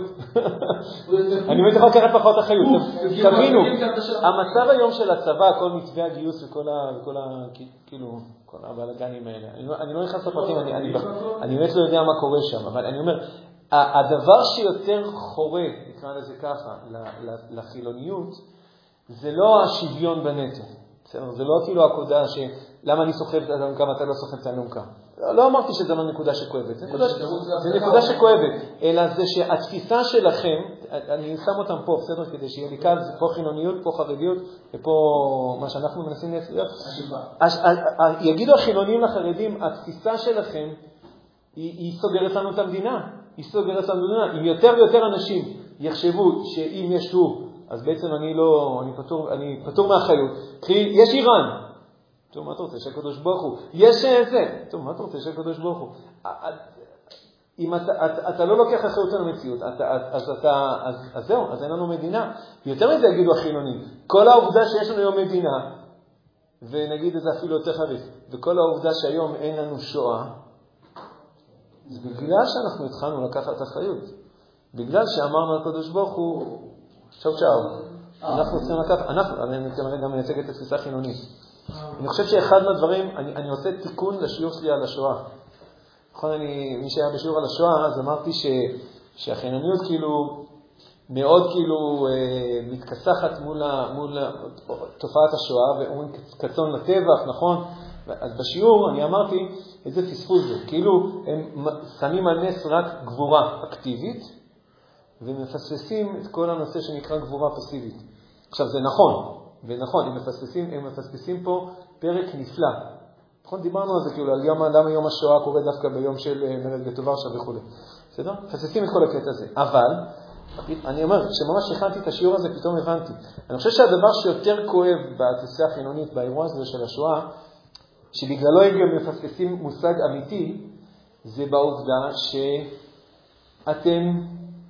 אני באמת יכול לקחת פחות אחריות. תבינו, המצב היום של הצבא, כל מתווה הגיוס וכל ה... כאילו, כל הבלגנים האלה. אני לא נכנס לפרטים, אני באמת לא יודע מה קורה שם, אבל אני אומר, הדבר שיותר חורה, נקרא לזה ככה, לחילוניות, זה לא השוויון בנטל. זה לא כאילו הקודה ש... למה אני סוחב את האלונקה ואתה לא סוחב את האלונקה. לא אמרתי שזה לא נקודה שכואבת. זה נקודה שכואבת. אלא זה שהתפיסה שלכם, אני שם אותם פה, בסדר? כדי שיהיה לי קל, פה חילוניות, פה חרדיות, ופה מה שאנחנו מנסים להיות. יגידו החילונים לחרדים, התפיסה שלכם היא סוגרת לנו את המדינה. היא סוגרת לנו את המדינה. אם יותר ויותר אנשים יחשבו שאם יש הוא, אז בעצם אני לא, אני פטור, אני פטור מהחיות. כי יש איראן. טוב, מה אתה רוצה? שהקדוש ברוך הוא. יש זה. טוב, מה אתה רוצה? שהקדוש ברוך הוא. אם אתה, אתה, אתה לא לוקח אחריות על המציאות, אתה, אז, אתה, אז, אז זהו, אז אין לנו מדינה. יותר מזה יגידו החילונים. כל העובדה שיש לנו היום מדינה, ונגיד את זה אפילו יותר חריף, וכל העובדה שהיום אין לנו שואה, זה בגלל שאנחנו התחלנו לקחת אחריות. בגלל שאמרנו לקדוש ברוך הוא, שואו שואו, אנחנו צריכים לקחת, אנחנו, אני כנראה גם מייצג את התפיסה החילונית. אני חושב שאחד מהדברים, אני, אני עושה תיקון לשיעור שלי על השואה. נכון, אני, מי שהיה בשיעור על השואה, אז אמרתי ש, שהחילוניות כאילו, מאוד כאילו אה, מתכסחת מול, מול תופעת השואה, ואומרים קצון לטבח, נכון? אז בשיעור אני אמרתי, איזה פספוס זה. כאילו הם שמים על נס רק גבורה אקטיבית, ומפספסים את כל הנושא שנקרא גבורה פסיבית. עכשיו זה נכון, ונכון, הם מפספסים, הם מפספסים פה פרק נפלא. נכון, דיברנו על זה, כאילו, על יום, למה יום השואה קורה דווקא ביום של מרד בטוברשה וכו'. בסדר? מפספסים את כל הקטע הזה. אבל, אני אומר, כשממש הכנתי את השיעור הזה, פתאום הבנתי. אני חושב שהדבר שיותר כואב בתפיסה החילונית, באירוע הזה של השואה, שבגללו הם גם מפספסים מושג אמיתי, זה בעובדה שאתם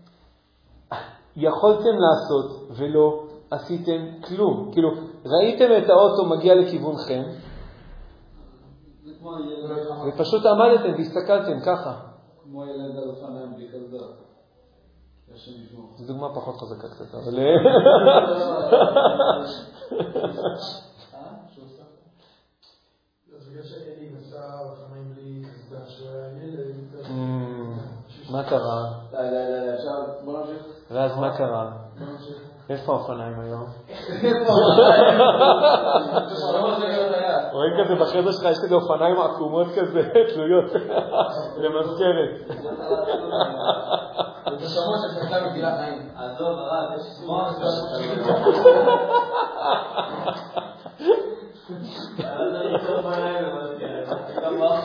יכולתם לעשות ולא עשיתם כלום. כאילו, ראיתם את האוטו מגיע לכיוונכם, ופשוט עמדתם והסתכלתם ככה. כמו ילד על אופניים בלי קסדה. זו דוגמה פחות חזקה קצת, אבל... מה קרה? די, די, די, עכשיו בוא נמשיך. ואז מה קרה? איפה האופניים היום? רואים כזה בחדר שלך, יש כזה אופניים עקומות כזה, תלויות, למזכרת. זה שמות שפרקה מגילה חיים. עזוב, הרב, יש שמות. אז אני אקרא אופניים למזכרת. אתה מה?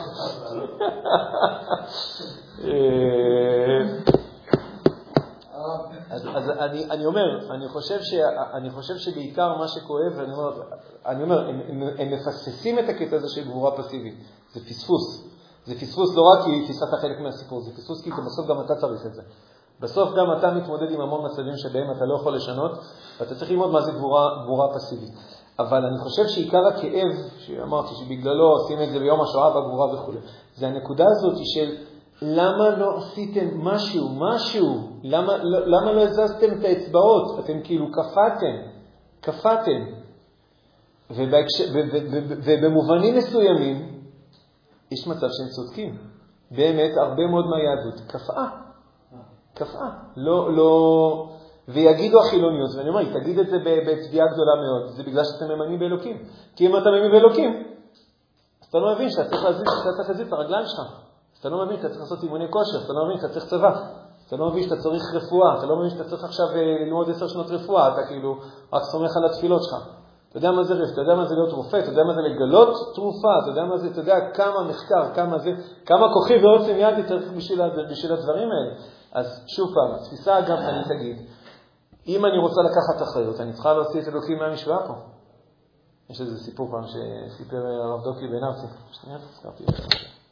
אז, אז אני, אני אומר, אני חושב ש, אני חושב שבעיקר מה שכואב, אני אומר, אני אומר, הם, הם, הם מפספסים את הקטע הזה של גבורה פסיבית. זה פספוס. זה פספוס לא רק כי תפיסת החלק מהסיפור, זה פספוס כי בסוף גם אתה צריך את זה. בסוף גם אתה מתמודד עם המון מצבים שבהם אתה לא יכול לשנות, ואתה צריך ללמוד מה זה גבורה, גבורה פסיבית. אבל אני חושב שעיקר הכאב, שאמרתי שבגללו עושים את זה ביום השואה והגבורה וכו', זה הנקודה הזאת של למה לא עשיתם משהו, משהו? למה, למה לא הזזתם את האצבעות? אתם כאילו קפאתם, קפאתם. ובהקש... ו... ו... ו... ובמובנים מסוימים, יש מצב שהם צודקים. באמת, הרבה מאוד מהיהדות קפאה. קפאה. לא, לא... ויגידו החילוניות, ואני אומר, תגיד את זה בתביעה גדולה מאוד, זה בגלל שאתם ממנים באלוקים. כי אם אתה ממין באלוקים, אז אתה לא מבין שאתה צריך להזיז, שאתה צריך להזיז את הרגליים שלך. אתה לא מבין שאתה צריך לעשות אימוני כושר, אתה לא מבין שאתה צריך צבא, אתה לא מבין שאתה צריך רפואה, אתה לא מבין שאתה צריך עכשיו ללמוד עשר שנות רפואה, אתה כאילו רק סומך על התפילות שלך. אתה יודע מה זה רפואה, אתה יודע מה זה להיות רופא, אתה יודע מה זה לגלות תרופה, אתה יודע מה זה, אתה יודע כמה מחקר, כמה זה, כמה כוחי ועוצם יד יצטרך בשביל, בשביל הדברים האלה. אז שוב פעם, התפיסה אגב, אני תגיד, אם אני רוצה לקחת אחריות, אני צריכה להוציא את אלוקים מהמשוואה פה. יש איזה סיפור פעם שסיפר הרב דוקי בן ארצי. שנייה, הזכרתי את זה.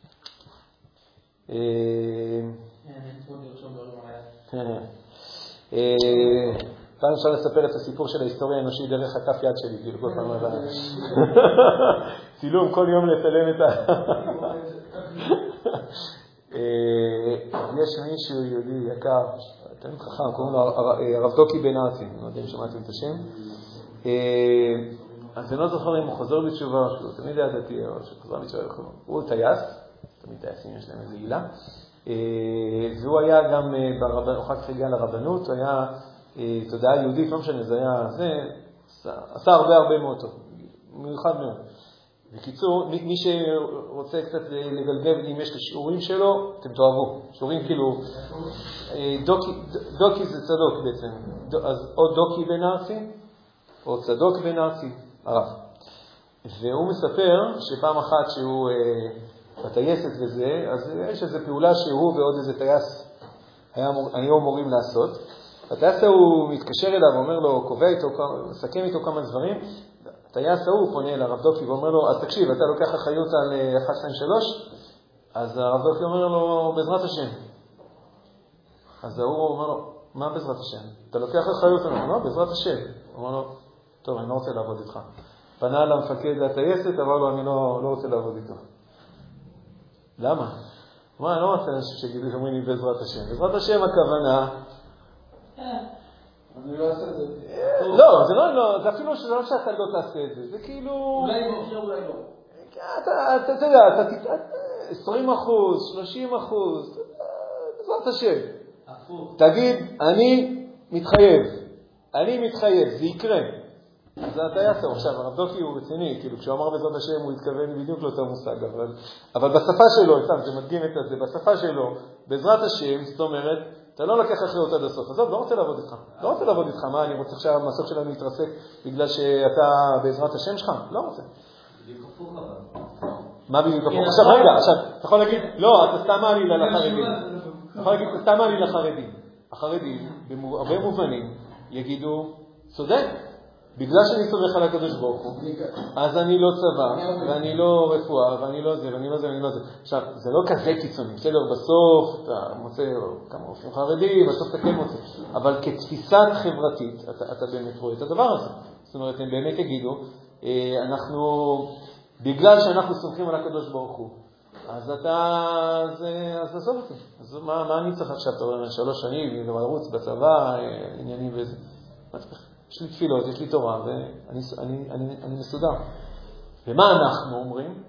פעם אפשר לספר את הסיפור של ההיסטוריה האנושית דרך הכף יד שלי, כאילו כל פעם הבאה. צילום, כל יום לצלם את ה... יש מישהו יהודי יקר, תמיד חכם, קוראים לו הרב דוקי בן ארצי, לא יודע אם שמעתם את השם. אז אני לא זוכר אם הוא חוזר בתשובה, שהוא תמיד היה דתי, או שהוא חוזר בתשובה, הוא טייס, תמיד טייסים יש להם איזו עילה, והוא היה גם, הוא אחר כך הגיע לרבנות, הוא היה תודעה יהודית, לא משנה, זה היה, זה עשה הרבה הרבה מאוד טוב, מיוחד מאוד. בקיצור, מי שרוצה קצת לגלגל, אם יש את השיעורים שלו, אתם תאהבו. שיעורים כאילו, דוקי זה צדוק בעצם, אז או דוקי בן ארצי, או צדוק בן ארצי, הרב. והוא מספר שפעם אחת שהוא בטייסת וזה, אז יש איזו פעולה שהוא ועוד איזה טייס היו אמורים לעשות. הטייס הוא מתקשר אליו ואומר לו, קובע איתו, מסכם איתו כמה דברים. הטייס הוא פונה אל הרב דוקי ואומר לו, אז תקשיב, אתה לוקח אחריות על אחת, שתיים, שלוש? אז הרב דוקי אומר לו, בעזרת השם. אז הוא אומר לו, מה בעזרת השם? אתה לוקח אחריות? הוא אומר לו, בעזרת השם. הוא אומר לו, טוב, אני לא רוצה לעבוד איתך. פנה למפקד הטייסת, אמר לו, אני לא, לא רוצה לעבוד איתו. למה? הוא אומר, אני לא רוצה שגידו שאומרים לי בעזרת השם. בעזרת השם הכוונה... אני לא אעשה את זה. לא, זה לא, זה אפילו שלא שאתה לא תעשה את זה. זה כאילו... אולי לא, אולי לא. אתה יודע, אתה תתעד עשרים אחוז, שלושים אחוז, בעזרת השם. תגיד, אני מתחייב. אני מתחייב, זה יקרה. אז אתה יעשה. עכשיו, הרב דוקי הוא רציני, כאילו כשהוא אמר בעזרת השם הוא התכוון בדיוק לאותו מושג, אבל, אבל בשפה שלו, זה מדגים את זה, בשפה שלו, בעזרת השם, זאת אומרת, אתה לא לקח אחריות עד הסוף. עזוב, לא רוצה לעבוד איתך. לא רוצה לעבוד איתך. מה, אני רוצה עכשיו המסוק שלנו להתרסק בגלל שאתה בעזרת השם שלך? לא רוצה. מה בדיוק הפוך? עכשיו, רגע, עכשיו, אתה יכול להגיד, לא, אתה סתם מעליל על החרדים. אתה יכול להגיד, אתה סתם מעליל על החרדים. החרדים, בהרבה מובנים, יגידו, צודק. בגלל שאני סומך על הקדוש ברוך הוא, אז אני לא צבא, ואני לא רפואה, ואני לא זה, ואני לא זה, ואני לא זה. עכשיו, זה לא כזה קיצוני, בסדר, בסוף אתה מוצא כמה רופאים חרדים, בסוף אתה כן מוצא. אבל כתפיסת חברתית, אתה, אתה באמת רואה את הדבר הזה. זאת אומרת, הם באמת יגידו, אנחנו, בגלל שאנחנו סומכים על הקדוש ברוך הוא, אז אתה, אז, אז עזוב אותי. אז מה, מה אני צריך עכשיו? אתה רואה, שלוש שנים, גם לרוץ בצבא, עניינים וזה. מה צריך? יש לי תפילות, יש לי תורה, ואני אני, אני, אני מסודר. ומה אנחנו אומרים?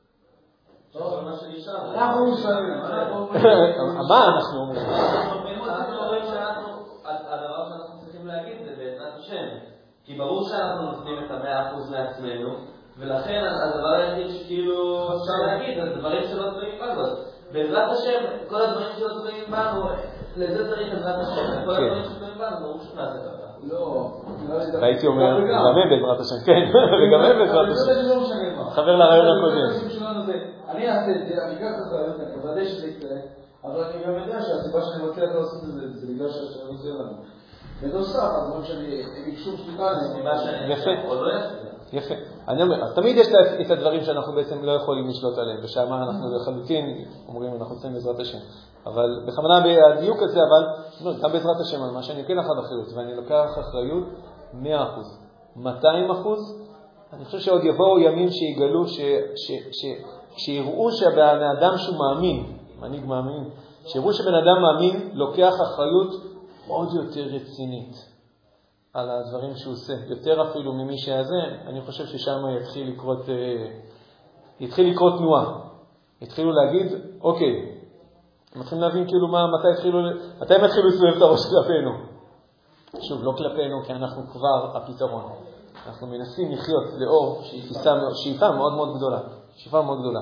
אנחנו משלמים. מה אנחנו אומרים? אנחנו אומרים שהדבר שאנחנו צריכים להגיד זה בעזרת השם. כי ברור שאנחנו נותנים את המאה אחוז לעצמנו, ולכן הדבר היחיד שכאילו אפשר להגיד, זה דברים שלא תלויים בנו. בעזרת השם, כל הדברים שלא תלויים בנו, לזה צריך עזרת השם. כל הדברים שתלויים בנו, ברור שנעשה ככה. לא, הייתי אומר, גם הם בעזרת השם, כן, וגם הם בעזרת השם. חבר לרעיון הקודם. אני אעשה את זה, אני אקח את הרעיון, אני אוודא שזה יקרה, אבל אני גם יודע שהסיבה שאני מציע לא לעשות את זה, זה בגלל שאני עושה לנו. בנוסף, הדברים שאני ביקשו שליטה, זה סיבה שאני... יפה, יפה. אני אומר, אז תמיד יש את הדברים שאנחנו בעצם לא יכולים לשלוט עליהם, ושמה אנחנו לחלוטין אומרים, אנחנו עושים בעזרת השם. אבל בכוונה בדיוק הזה, אבל לא, גם בעזרת השם, על מה שאני כן אחת אחריות, ואני לוקח אחריות מאה אחוז. מאתיים אחוז, אני חושב שעוד יבואו ימים שיגלו, ש, ש, ש, שיראו שבן אדם שהוא מאמין, מנהיג מאמין, שיראו שבן אדם מאמין לוקח אחריות עוד יותר רצינית על הדברים שהוא עושה, יותר אפילו ממי שהזה, אני חושב ששם יתחיל לקרות, יתחיל לקרות תנועה. יתחילו להגיד, אוקיי, מתחילים להבין כאילו מה, מתי התחילו, מתי הם התחילו לסובב את הראש כלפינו. שוב, לא כלפינו, כי אנחנו כבר הפתרון. אנחנו מנסים לחיות לאור שאיפה מאוד מאוד גדולה. שאיפה מאוד גדולה.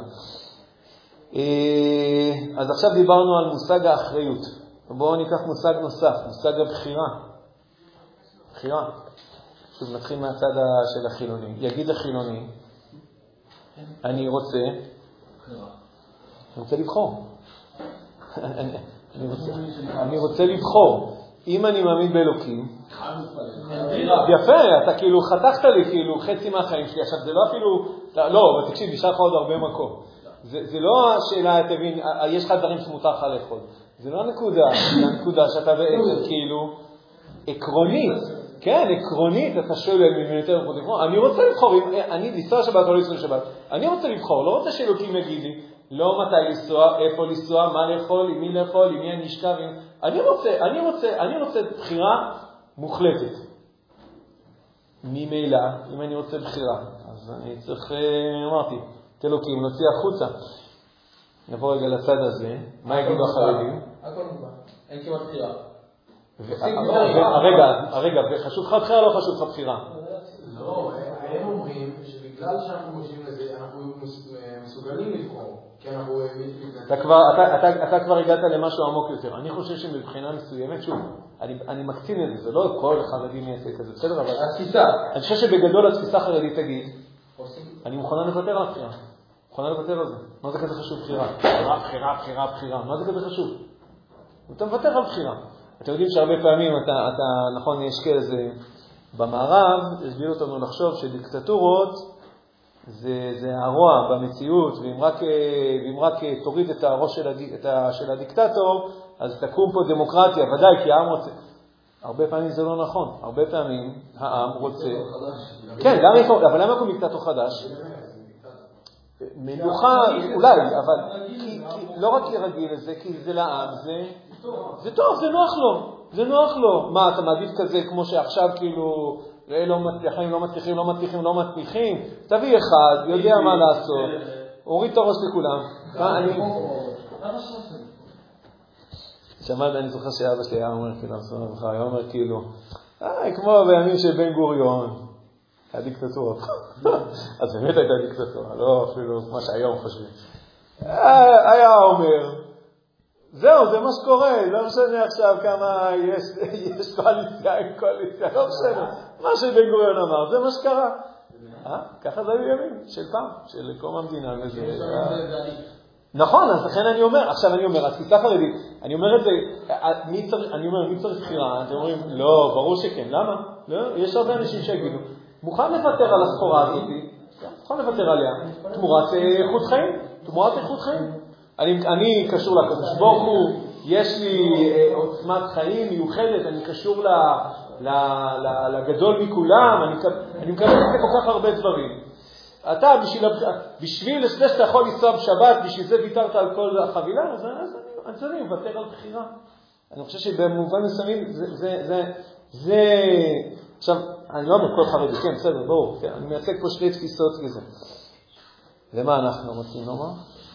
אז עכשיו דיברנו על מושג האחריות. בואו ניקח מושג נוסף, מושג הבחירה. בחירה. שוב, נתחיל מהצד של החילוני. יגיד החילוני, אני רוצה, אני רוצה לבחור. אני רוצה, אני רוצה לבחור. אם אני מאמין באלוקים, יפה, אתה כאילו חתכת לי כאילו חצי מהחיים שלי. עכשיו, זה לא אפילו, לא, אבל תקשיב, נשאר לך עוד הרבה מקום. זה, זה לא השאלה, תבין, יש לך דברים שמותר לך לאכול. זה לא הנקודה, זה הנקודה שאתה בעצם כאילו עקרונית, כן, עקרונית, אתה שואל ממי יותר יכול לבחור. אני רוצה לבחור, אני לנסוע שבת או לא לנסוע שבת, אני רוצה לבחור, לא רוצה שאלוקים יגיד לי, לא מתי לנסוע, איפה לנסוע, מה לאכול, עם מי לאכול, עם מי אני אשכב. אני רוצה, אני רוצה, אני רוצה בחירה מוחלטת. ממילא, אם אני רוצה בחירה, אז אני צריך, אמרתי, את אלוקים, נוציא החוצה. נבוא רגע לצד הזה, מה יגידו החרדים? הכל נגמר, אין כמעט בחירה. הרגע, הרגע, חשוב לך בחירה או לא חשוב לך בחירה? לא, הם אומרים שבגלל שאנחנו חושבים לזה, אנחנו מסוגלים לבחור. אתה כבר הגעת למשהו עמוק יותר. אני חושב שמבחינה מסוימת, שוב, אני מקצין את זה, זה לא כל חרדי מייצג כזה, בסדר? אבל התפיסה. אני חושב שבגדול התפיסה חרדית תגיד, אני מוכנה לוותר על בחירה. מוכנה לוותר על זה. מה זה כזה חשוב בחירה? בחירה, בחירה, בחירה, בחירה. מה זה כזה חשוב? אתה מוותר על בחירה. אתם יודעים שהרבה פעמים אתה, אתה נכון, יש כזה, במערב, הסביר אותנו לחשוב שדיקטטורות זה, זה הרוע במציאות, ואם רק, ואם רק תוריד את הראש של, הד, את ה, של הדיקטטור, אז תקום פה דמוקרטיה, ודאי, כי העם רוצה. הרבה פעמים זה לא נכון. הרבה פעמים העם רוצה... כן, גם איפה, אבל למה יקום דיקטטור חדש? מנוחה, אולי, אבל כי, כי, לא רק ירגיל לזה, כי זה לעם, זה, זה טוב, זה נוח לו, זה נוח לו. מה, אתה מעדיף כזה כמו שעכשיו כאילו, לא מצליחים, לא מצליחים, לא מצליחים, לא מצליחים, תביא אחד, יודע מה לעשות, הוריד את הראש לכולם. אני... שמעת, אני זוכר שאבא שלי היה אומר כאילו, היה אומר כאילו, אה, כמו בימים של בן גוריון. הדיקטטורה. אז באמת הייתה דיקטטורה, לא אפילו מה שהיום חושבים. היה אומר, זהו, זה מה שקורה, לא משנה עכשיו כמה יש קואליציה, אין קואליציה, לא משנה. מה שבן גוריון אמר, זה מה שקרה. ככה זה היו ימים של פעם, של קום המדינה. נכון, אז לכן אני אומר, עכשיו אני אומר, התפיסה חרדית, אני אומר את זה, אני אומר, מי צריך בחירה? אתם אומרים, לא, ברור שכן, למה? יש הרבה אנשים שיגידו, מוכן לוותר על הסחורה הזאת, מוכן לוותר עליה, תמורת איכות חיים, תמורת איכות חיים. אני, אני קשור לקדוש ברוך הוא, יש לי עוצמת חיים מיוחדת, אני קשור ל, ל, ל, לגדול מכולם, אני, אני מקבל את זה כל כך הרבה דברים. אתה, בשביל, בשביל זה שאתה יכול לנסוע בשבת, בשביל זה ויתרת על כל החבילה, אז אני, אז אני מוותר על בחירה. אני חושב שבמובן מסוים זה, זה, זה, זה, עכשיו, אני לא אומר כל חרדי, כן, בסדר, ברור, כן, אני מייצג פה שתי תפיסות כזה. למה אנחנו רוצים לומר?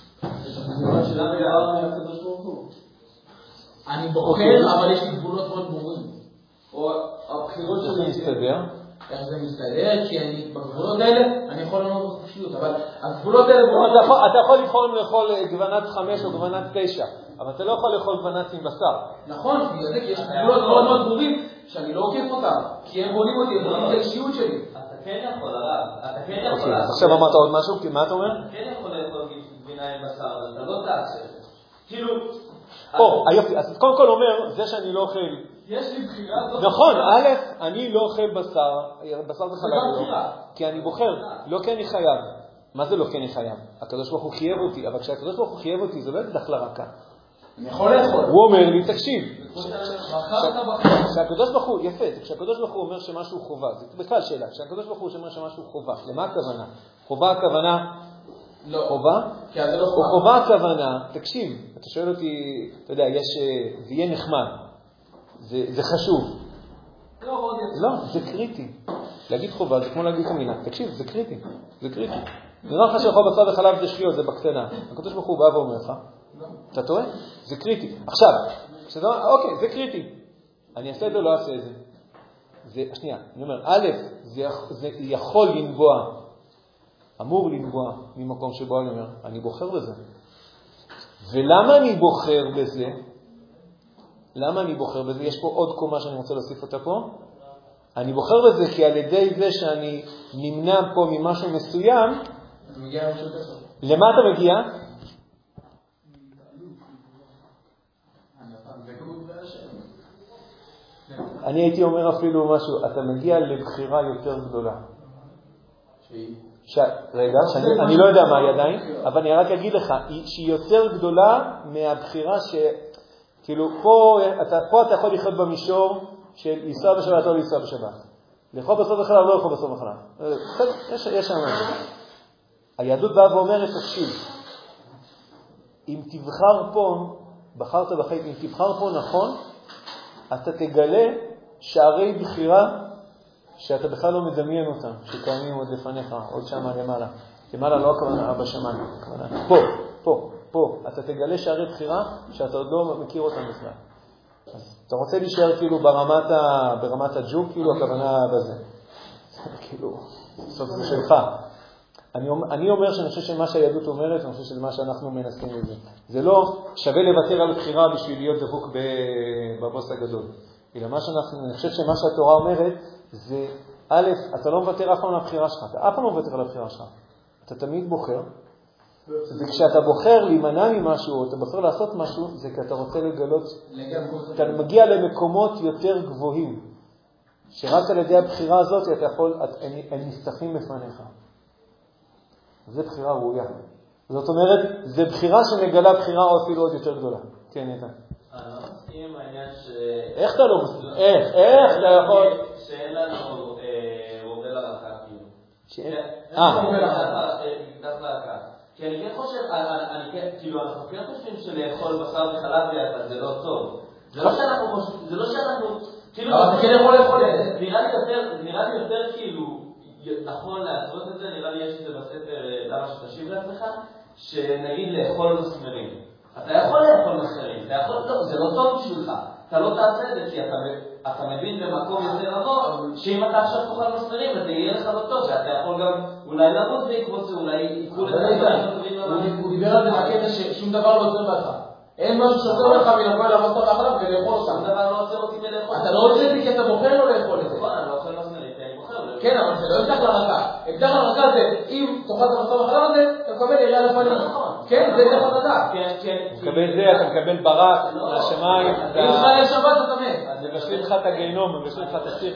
אני בוחר, אבל יש לי גבולות מאוד ברורים. או הבחירות שלי מסתדר. איך זה מסתדר? כי אני, בגבולות האלה, אני יכול לומר בחופשיות, אבל הגבולות האלה... אתה יכול לבחור אם לאכול גוונת חמש או גוונת תשע, אבל אתה לא יכול לאכול גוונת עם בשר. נכון, בגלל זה, כי יש גבולות מאוד מאוד ברורים, שאני לא עוקף אותם, כי הם בונים אותי, הם בונים את האישיות שלי. אתה כן יכול, הרב, אתה כן יכול... עכשיו אמרת עוד משהו? מה אתה אומר? אתה כן יכול לאכול גבינה עם בשר, אבל אתה לא תעשה. כאילו... או, היופי, אז קודם כל אומר, זה שאני לא אוכל... יש לי בחירה... נכון, א', אני לא אוכל בשר, בשר זה חלק לא, כי אני בוחר, לא כי אני חייב. מה זה לא כי אני חייב? הקדוש ברוך הוא חייב אותי, אבל כשהקדוש ברוך הוא חייב אותי, זה לא דחלה רכה. אני יכול לאכול. הוא אומר לי, תקשיב, כשהקדוש ברוך הוא, יפה, כשהקדוש ברוך הוא אומר שמשהו חובה, זה בכלל שאלה, כשהקדוש ברוך הוא אומר שמשהו חובה, למה הכוונה? חובה הכוונה... לא. חובה? כי זה לא חובה. או חובה הכוונה, תקשיב, אתה שואל אותי, אתה יודע, יש, זה יהיה נחמד, זה, זה חשוב. לא, לא, זה קריטי. להגיד חובה זה כמו להגיד המילה, תקשיב, זה קריטי, זה קריטי. נראה לך שאוכל בשר וחלב זה שטויות, זה בקטנה. הקדוש ברוך הוא בא ואומר לך, אתה טועה? זה קריטי. עכשיו, שזה, אוקיי, זה קריטי. אני אעשה את זה או לא אעשה את זה. זה, שנייה, אני אומר, א', זה, זה יכול לנבוע, אמור לנבוע ממקום שבו אני אומר, אני בוחר בזה. ולמה אני בוחר בזה? למה אני בוחר בזה? יש פה עוד קומה שאני רוצה להוסיף אותה פה. אני בוחר בזה כי על ידי זה שאני נמנע פה ממשהו מסוים, למה אתה מגיע? אני הייתי אומר אפילו משהו, אתה מגיע לבחירה יותר גדולה. ש... רגע, שאני, אני לא יודע מה היא עדיין, אבל אני רק אגיד לך, שהיא יותר גדולה מהבחירה ש... כאילו, פה אתה, פה אתה יכול לחיות במישור של לנסוע בשבת או לנסוע בשבת. לאכול בסוף בחלב, לא לאכול בסוף בחלב. יש, יש שם משהו. היהדות באה ואומרת, תקשיב, אם תבחר פה, בחרת בחיים, אם תבחר פה נכון, אתה תגלה שערי בחירה שאתה בכלל לא מדמיין אותם, שקיימים עוד לפניך, עוד שם למעלה. למעלה לא הכוונה בשמיים, הכוונה פה, פה, פה. אתה תגלה שערי בחירה שאתה עוד לא מכיר אותם בכלל. אז אתה רוצה להישאר כאילו ברמת, ה... ברמת הג'וק, כאילו הכוונה בזה. כאילו, בסוף זה שלך. אני, אני אומר שאני חושב שמה שהיהדות אומרת, אני חושב שזה מה שאנחנו מנסים לזה. זה לא שווה לוותר על בחירה בשביל להיות דבוק בבוס הגדול. אלא מה שאנחנו, אני חושב שמה שהתורה אומרת, זה א', אתה לא מוותר אף פעם על הבחירה שלך. אתה אף פעם לא מוותר על הבחירה שלך. אתה תמיד בוחר. וכשאתה בוחר להימנע ממשהו, או אתה בוחר לעשות משהו, זה כי אתה רוצה לגלות, אתה מגיע למקומות יותר גבוהים. שרק על ידי הבחירה הזאת אתה יכול, הם, הם נסתחים בפניך. זו בחירה ראויה. זאת אומרת, זו בחירה שמגלה בחירה או אפילו עוד יותר גדולה. כן, איתן. אני לא מסכים עם העניין ש... איך אתה לא מסכים? איך? איך אתה יכול... שאין לנו רובה לרקה, כאילו. שאין... אה. מתחת לרקה. כי אני כן חושב, כאילו, אנחנו כן חושבים שלאכול בשר וחלב ביחד זה לא טוב. זה לא שאנחנו חושבים, זה לא שאנחנו... אבל אתה כן יכול לאכול את זה. נראה לי יותר כאילו... נכון לעשות את זה, נראה לי יש את זה בספר למה שתשיב לעצמך, שנגיד לאכול מסמרים. אתה יכול לאכול מסמרים, אתה יכול, לא, זה לא טוב בשבילך. אתה לא תעשה את זה כי אתה, אתה מבין במקום יותר עמוק, שאם אתה עכשיו תאכל מסמרים, אז זה יהיה לך לא טוב, ואתה יכול גם אולי למות בעקבות זה, אולי יקחו לך דברים. הוא דיבר על זה מהקטע ששום דבר לא עוזר לך. אין משהו שעוזר לך מלבוא אל המסר החלב ולאכול אותם. שום דבר לא עוזר אותי מלאכול. אתה לא רוצה את זה כי אתה בוחר לא לאכול את זה. נכון, אני לא אוכל מסמרים, כי אני בוחר. כן, אבל זה לא אקדח לרקה. אקדח לרקה זה, אם תאכל את המסר החלב הזה, אתה מקבל יריעה לפנים. כן, זה אקדח לרקה. אתה מקבל זה, אתה מקבל ברק, לשמיים. אם חי לשבת אתה מת. אז מבשלים לך את הגיהנום, מבשלים לך את הסיר.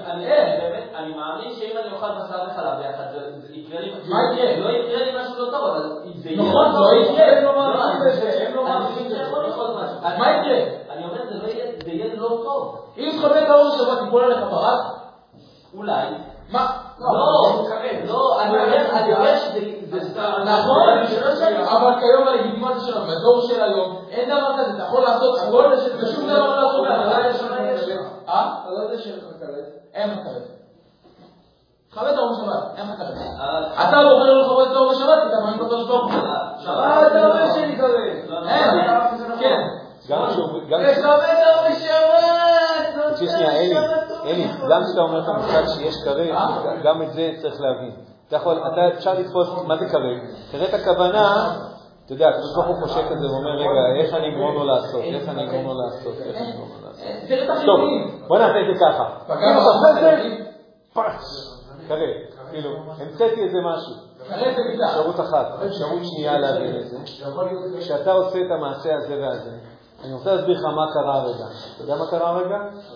אני מאמין שאם אני אוכל בשר וחלב ביחד, זה יקרה לי... מה יקרה? לא יקרה לי משהו לא טוב, אבל זה יהיה... נכון, לא יקרה. הם לא מאמינים בזה, הם לא מאמינים שיכול לקרות משהו. אז מה יקרה? אני אומר, זה יהיה לא טוב. אם תחבק לאור שבת, תיפול עליך ברק? אולי. מה? לא, לא, אני אומר שזה סתם... נכון, אבל כיום הלגיטימציה שלנו, בדור של היום, אין דבר כזה, אתה יכול לעשות הכל ושום דבר לא לעשות לך. אה? אתה לא יודע שאין לך כרת? אין לך כרת. תכבד את האור שבת, אין לך כרת. אתה בוחר לא לכבד את האור שבת, אתה מאמין בקדוש ברוך הוא. שבת, אתה אומר שאני כרת. אין, כן. גם כשהוא... לכבד את האור שבת! שנייה, אלי, אלי, גם כשאתה אומר את המושג שיש כרת, גם את זה צריך להבין. אתה יכול, אתה אפשר לתפוס, מה זה כרת? כרת הכוונה, אתה יודע, הקדוש ברוך הוא חושב כזה ואומר, רגע, איך אני אגרום לו לעשות? איך אני אגרום לו לעשות? איך אני אגרום לו לעשות? טוב, בוא נעשה את זה ככה. כאילו, אתה עושה את זה? פרש, כרת. כאילו, המצאתי איזה משהו. אפשרות אחת, אפשרות שנייה להבין את זה. כשאתה עושה את המעשה הזה והזה, אני רוצה להסביר לך מה קרה הרגע. אתה יודע מה קרה הרגע?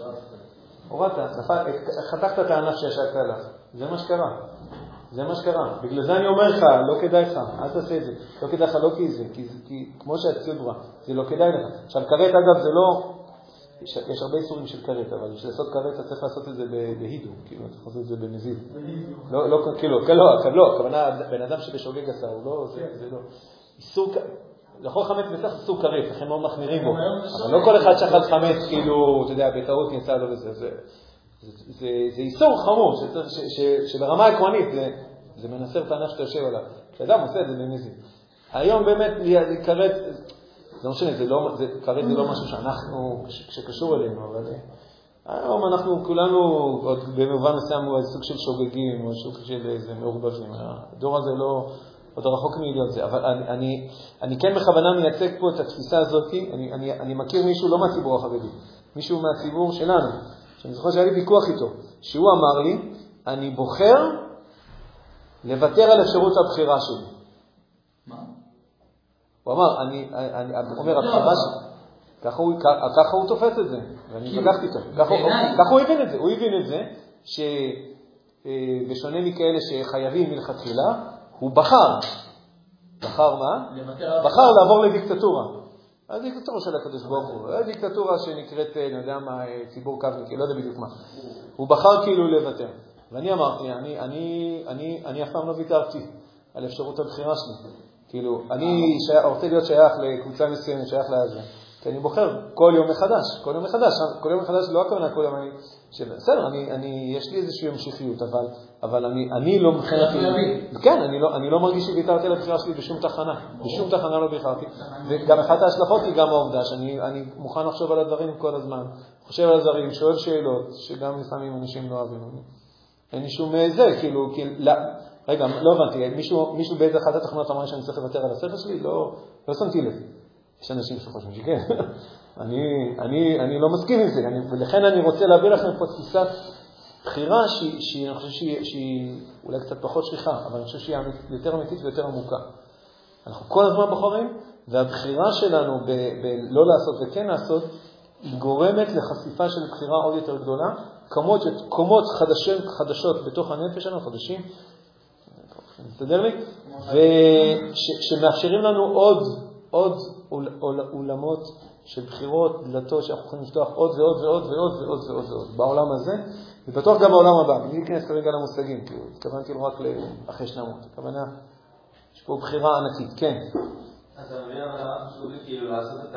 הורדת, חתכת את הענף שישבת עליו. זה מה שקרה. זה מה שקרה. בגלל זה אני אומר לך, לא כדאי לך, אל תעשה את זה. לא כדאי לך, לא כי זה, כי, כי כמו שהציברה, זה לא כדאי לך. עכשיו, כרת, אגב, זה לא... יש, יש הרבה איסורים של כרת, אבל בשביל לעשות כרת, אתה צריך לעשות את זה בהידו, כאילו, אתה צריך לעשות את זה בנזיד. לא, לא, כאילו, לא, לא, הכוונה, בן אדם שבשוגג עשה, הוא לא, זה, זה לא. איסור כרת. לאכול חמץ בסך איסור כרת, לכן מאוד מחמירים בו. אבל לא כל אחד שחל חמץ, כאילו, אתה יודע, בטעות יצא לו וזה. זה, זה, זה איסור חמור, שצריך, ש, ש, שברמה עקרונית, זה, זה מנסר את הענף שאתה יושב עליו. כשאדם עושה את זה בנזיד. היום באמת, כרת, זה לא משנה, זה לא, זה, כרת זה לא משהו שאנחנו, שקשור אלינו, אבל היום אנחנו כולנו, עוד במובן מסוים, הוא סוג של שוגגים, או סוג של איזה מעורבבים. הדור הזה לא... עוד רחוק מיליון זה, אבל אני, אני, אני כן בכוונה מייצג פה את התפיסה הזאת, אני, אני, אני מכיר מישהו לא מהציבור החרדי, מישהו מהציבור שלנו, שאני זוכר שהיה לי ויכוח איתו, שהוא אמר לי, אני בוחר לוותר על אפשרות הבחירה שלי. מה? הוא אמר, אני, אני, אני אומר, הבחירה שלי, ככה הוא, ככה הוא תופס את זה, ואני התווכחתי איתו. ככה הוא הבין את זה. הוא הבין את זה, שבשונה מכאלה שחייבים מלכתחילה, הוא בחר. בחר מה? בחר לעבור לדיקטטורה. הדיקטטורה של הקדוש ברוך הוא. הדיקטטורה שנקראת, אני יודע מה, ציבור קבניקי, לא יודע בדיוק מה. הוא בחר כאילו לוותר. ואני אמרתי, אני, אני, אני, אני אף פעם לא ויתרתי על אפשרות הבחירה שלי. כאילו, אני רוצה להיות שייך לקבוצה מסוימת, שייך לזה. כי אני בוחר כל יום מחדש, כל יום מחדש, כל יום מחדש לא הכוונה כל יום, אני, בסדר, אני, אני, יש לי איזושהי המשכיות, אבל, אבל אני, אני לא מבחינתי, כן, אני לא, אני לא מרגיש שוויתרתי על הבחירה שלי בשום תחנה, בשום תחנה לא בחרתי, וגם אחת ההשלכות היא גם העובדה שאני, אני מוכן לחשוב על הדברים כל הזמן, חושב על הדברים, שואל שאלות, שגם לפעמים אנשים לא אוהבים, אין לי שום זה, כאילו, כאילו, רגע, לא הבנתי, מישהו, מישהו באיזה אחת התחנות אמר שאני צריך לוותר על השכל שלי? לא, לא שמתי לב. יש אנשים שחושבים שכן. אני, אני, אני לא מסכים עם זה, אני, ולכן אני רוצה להביא לכם פה תפיסת בחירה שהיא, שהיא, אני חושב שהיא, שהיא אולי קצת פחות שכיחה, אבל אני חושב שהיא יותר אמיתית ויותר עמוקה. אנחנו כל הזמן בוחרים, והבחירה שלנו ב, ב, לא לעשות וכן לעשות, היא גורמת לחשיפה של בחירה עוד יותר גדולה, קומות, קומות חדשות, חדשות בתוך הנפש שלנו, חדשים, מסתדר לי? ושמאפשרים לנו עוד, עוד עולמות של בחירות, דלתות שאנחנו יכולים לפתוח עוד ועוד ועוד ועוד ועוד ועוד ועוד בעולם הזה, ובטוח גם בעולם הבא. אני אכנס כרגע למושגים, כי התכוונתי לא רק לאחרי שנמות. הכוונה, יש פה בחירה ענקית, כן. אז אני מבין אבל מה חשוב לי כאילו לעשות את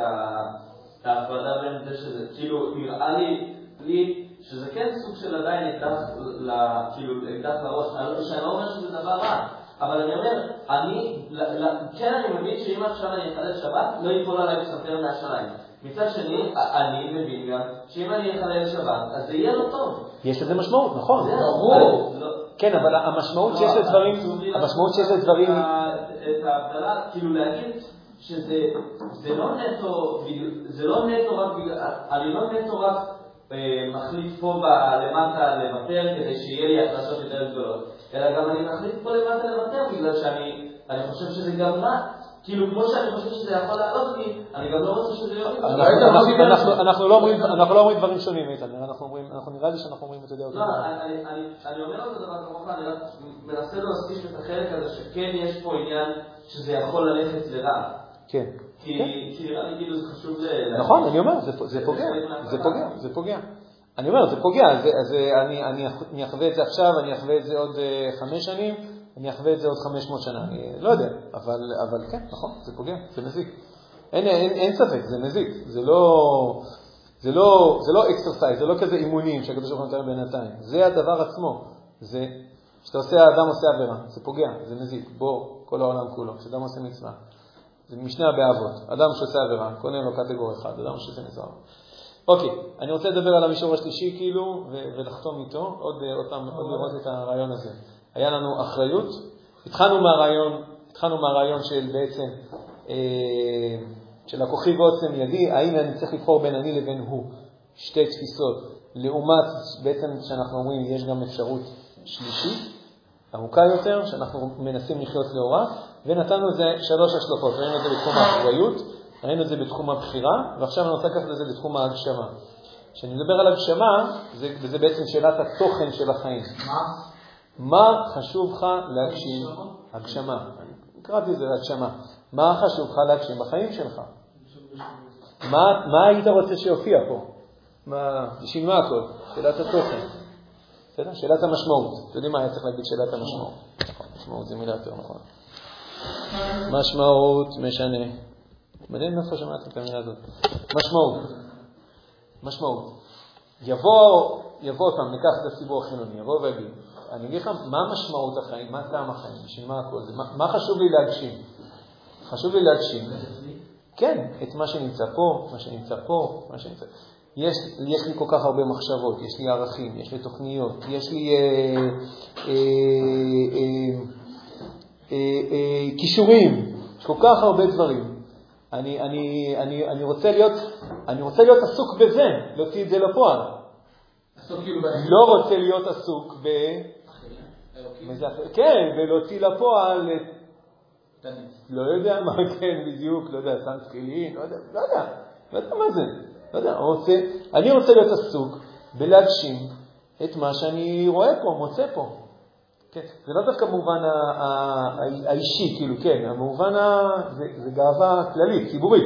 ההפרדה בין זה שזה, כאילו נראה לי, לי שזה כן סוג של עדיין אקדח, כאילו אקדח לראש, שאני לא אומר שזה דבר רע, אבל אני אומר, אני, כן אני מבין שאם עכשיו אני אחלל שבת, לא ייפול עליי לספר מהשליים. מצד שני, אני מבין גם שאם אני אחלל שבת, אז זה יהיה לא טוב. יש לזה משמעות, נכון. כן, אבל המשמעות שיש לדברים, המשמעות שיש לדברים... את ההבדלה, כאילו להגיד שזה לא נטו, זה לא נטו רק, אני לא נטו רק מחליט פה למטה לוותר כדי שיהיה לי החלשות יותר גדולות, אלא גם אני מחליט פה למטה לוותר בגלל שאני חושב שזה גם רע. כאילו כמו שאני חושב שזה יכול לעלות לי, אני גם לא רוצה שזה יוריד. אנחנו לא אומרים דברים שונים, איתן. אנחנו נראה לי שאנחנו אומרים את זה. לא, אני אומר על זה דבר כמוך, אני מנסה להוסיף את החלק הזה שכן יש פה עניין שזה יכול ללכת לרע. כן. כי נראה לי כאילו זה חשוב ל... נכון, אני אומר, זה פוגע, זה פוגע, זה פוגע. אני אומר, זה פוגע, אני אחווה את זה עכשיו, אני אחווה את זה עוד חמש שנים, אני אחווה את זה עוד חמש מאות שנה, אני לא יודע, אבל, אבל כן, נכון, זה פוגע, זה מזיק. אין, אין, אין ספק, זה מזיק, זה לא, זה לא, זה לא אקסרסייז, זה לא כזה אימונים שהקדוש ברוך הוא נותן בינתיים. זה הדבר עצמו, זה, כשאתה עושה, האדם עושה עבירה, זה פוגע, זה מזיק, בו, כל העולם כולו, כשאדם עושה מצווה. זה משנה באבות, אדם שעושה עבירה, קונה לו קטגור אחד, אדם שעושה מצווה. אוקיי, אני רוצה לדבר על המישור השלישי כאילו, ולחתום איתו, עוד, עוד פעם, עוד לראות את הרעיון הזה. היה לנו אחריות, התחלנו מהרעיון, התחלנו מהרעיון של בעצם, אה, של הכוחי ועוצם ידי, האם אני צריך לבחור בין אני לבין הוא, שתי תפיסות, לעומת בעצם שאנחנו אומרים, יש גם אפשרות שלישית, עמוקה יותר, שאנחנו מנסים לחיות לאורה, ונתנו את זה שלוש השלכות, ראינו את זה בתחום האחריות, ראינו את זה בתחום הבחירה, ועכשיו אני רוצה לקחת את זה בתחום ההגשמה. כשאני מדבר על הגשמה, זה, וזה בעצם שאלת התוכן של החיים. מה? מה חשוב לך להגשים? הגשמה. קראתי את זה להגשמה. מה חשוב לך להגשים בחיים שלך? מה, מה היית רוצה שיופיע פה? מה, בשביל מה הכל? שאלת התוכן. בסדר? שאלת המשמעות. אתם יודעים מה היה צריך להגיד שאלת המשמעות? משמעות זה מילה יותר נכון. משמעות משנה. מדהים איפה שמעתם את המילה הזאת. משמעות. משמעות. יבוא, יבוא אותם, ניקח את הציבור החילוני, יבוא ויגיד, אני אגיד לך, מה משמעות החיים? מה טעם החיים? בשביל מה הכל זה? מה, מה חשוב לי להגשים? חשוב לי להגשים. כן, את מה שנמצא פה, מה שנמצא פה, מה שנמצא. יש, יש לי כל כך הרבה מחשבות, יש לי ערכים, יש לי תוכניות, יש לי אה, אה, אה, אה, אה, קישורים, יש כל כך הרבה דברים. אני, אני, אני, אני רוצה להיות, אני רוצה להיות עסוק בזה, להוציא את זה לפועל. לא רוצה להיות עסוק ב... כן, ולהוציא לפועל לא יודע מה, כן, בדיוק, לא יודע, סן תפילין, לא יודע, לא יודע, לא יודע מה זה, לא יודע, אני רוצה להיות עסוק בלהגשים את מה שאני רואה פה, מוצא פה. זה לא דווקא במובן האישי, כאילו, כן, המובן זה גאווה כללית, ציבורית.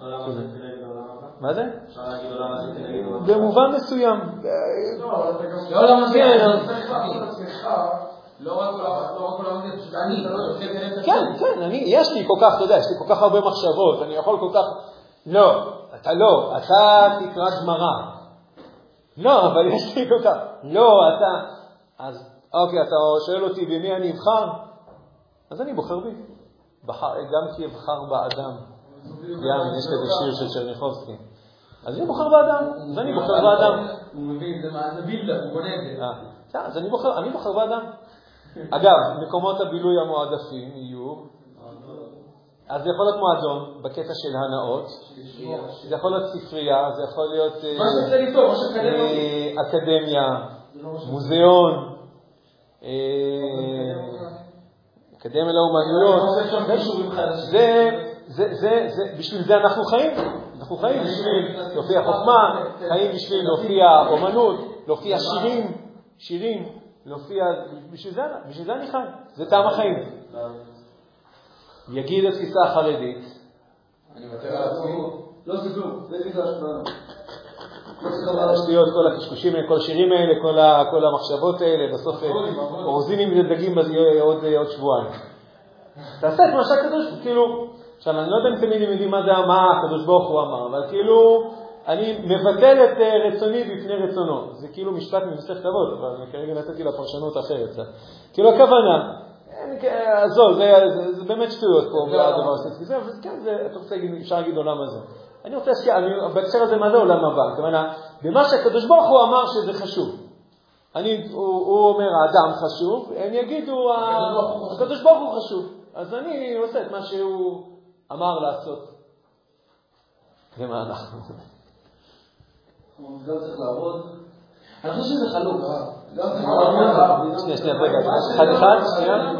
מה זה? במובן מסוים. לא למה זה, אני צריך לעשות עצמך, לא רק כל העולם, פשוט אני, כן, כן, יש לי כל כך, אתה יודע, יש לי כל כך הרבה מחשבות, אני יכול כל כך, לא, אתה לא, אתה תקרא גמרא. לא, אבל יש לי כל כך, לא, אתה, אז, אוקיי, אתה שואל אותי במי אני אבחר? אז אני בוחר בי. גם כי אבחר באדם. גם, יש כזה שיר של צ'רניחובסקי. אז אני בוחר באדם, אז אני בוחר באדם. הוא מבין, זה בילדה, הוא בונה את זה. אז אני בוחר, אני בוחר באדם. אגב, מקומות הבילוי המועדפים יהיו, אז זה יכול להיות מועדון בקטע של הנאות, זה יכול להיות ספרייה, זה יכול להיות אקדמיה, מוזיאון, אקדמיה לאומנויות, בשביל זה אנחנו חיים, אנחנו חיים בשביל להופיע חוכמה, חיים בשביל להופיע אומנות, להופיע שירים, שירים, להופיע, בשביל זה, בשביל זה אני חי, זה טעם החיים. יגיד התפיסה החרדית, אני מוותר על עצמי, לא זה כלום, זה יגיד השפעה. השטויות, כל הקשקושים האלה, כל השירים האלה, כל המחשבות האלה, בסוף אורזים עם זה דגים עוד שבועיים. תעשה את מה שהקדוש, כאילו, עכשיו אני לא יודע אם תמיד יודעים מה זה מה הקדוש ברוך הוא אמר, אבל כאילו אני מבטל את רצוני בפני רצונו. זה כאילו משפט ממסכת אבות, אבל כרגע נתתי לה פרשנות אחרת. כאילו הכוונה, עזוב, זה באמת שטויות פה בדבר הזה. כן, אתה רוצה להגיד, אפשר להגיד עולם הזה. אני רוצה להשקיע, בהקשר הזה מה זה עולם הבא? כמובן, במה שהקדוש ברוך הוא אמר שזה חשוב. אני, הוא, הוא אומר, האדם חשוב, הם יגידו, הקדוש ברוך הוא חשוב. אז אני עושה את מה שהוא אמר לעשות. ומה אנחנו? הוא גם צריך לעבוד. אני חושב שזה חלוק, אה? שנייה, שנייה, רגע, אחד אחד, שנייה.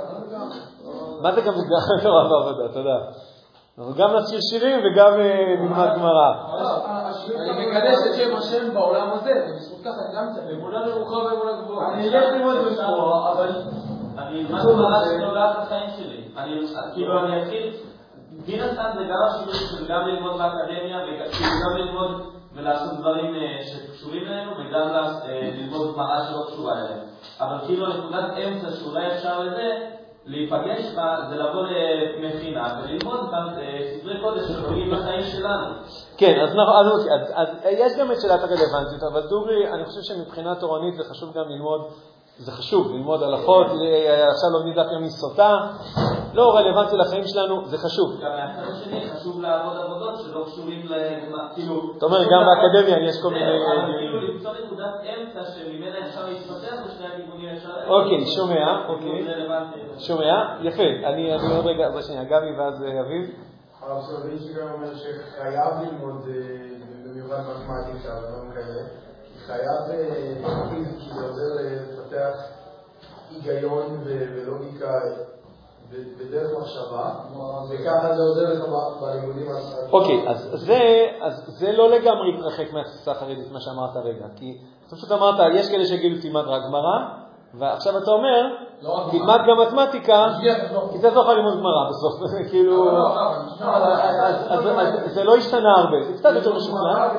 מה זה גם תורה בעבודה, תודה. אנחנו גם נשיר שירים וגם נלמד גמרא. אני מקדש את שם השם בעולם הזה, ובזכות כך אני גם צריך. אמונה נמוכה ואמונה גבוהה. אני אלך ללמוד בקרוא, אבל... אני אלמד גמרא שנולד לחיים שלי. כאילו אני אתחיל, מן הסתם זה גם השילוב של גם ללמוד באקדמיה, וגם ללמוד ולעשות דברים שקשורים אלינו, וגם ללמוד גמרא שלא קשורה אלינו. אבל כאילו נקודת אמצע שאולי אפשר לזה, להיפגש בה, זה לבוא למכינה וללמוד ספרי קודש שקוראים לחיים שלנו. כן, אז, אז, אז יש גם את שאלת הרלוונטיות, אבל דוגרי, אני חושב שמבחינה תורנית זה חשוב גם ללמוד, זה חשוב ללמוד הלכות, עכשיו לומדים דף יומי סוטה, לא רלוונטי לחיים שלנו, זה חשוב. גם מהצד השני חשוב לעבוד עבודות שלא קשורים למה, כאילו... זאת אומרת, גם באקדמיה יש כל מיני... אבל כאילו למצוא נקודת אמצע שממנה אפשר להתפתח בשני הכיוונים אפשר... אוקיי, שומע, אוקיי. שומע, יפה. אני עוד רגע, בשנייה, גבי ואז אביב. הרב סולובייצ'יק גם אומר שחייב ללמוד במיוחד מתמטיקה ודברים כאלה. חייב להכניס, כי זה עוזר לפתח היגיון ולוגיקה בדרך מחשבה, וככה זה עוזר לך בלימודים. אוקיי, אז זה לא לגמרי התרחק מהתפיסה החרדית, מה שאמרת רגע, כי פשוט אמרת, יש כאלה שגידו תלמד רק גמרא, ועכשיו אתה אומר, תלמד גם מתמטיקה, כי זה זוכה ללמוד גמרא בסוף, כאילו, זה לא השתנה הרבה, זה קצת יותר משוכנע.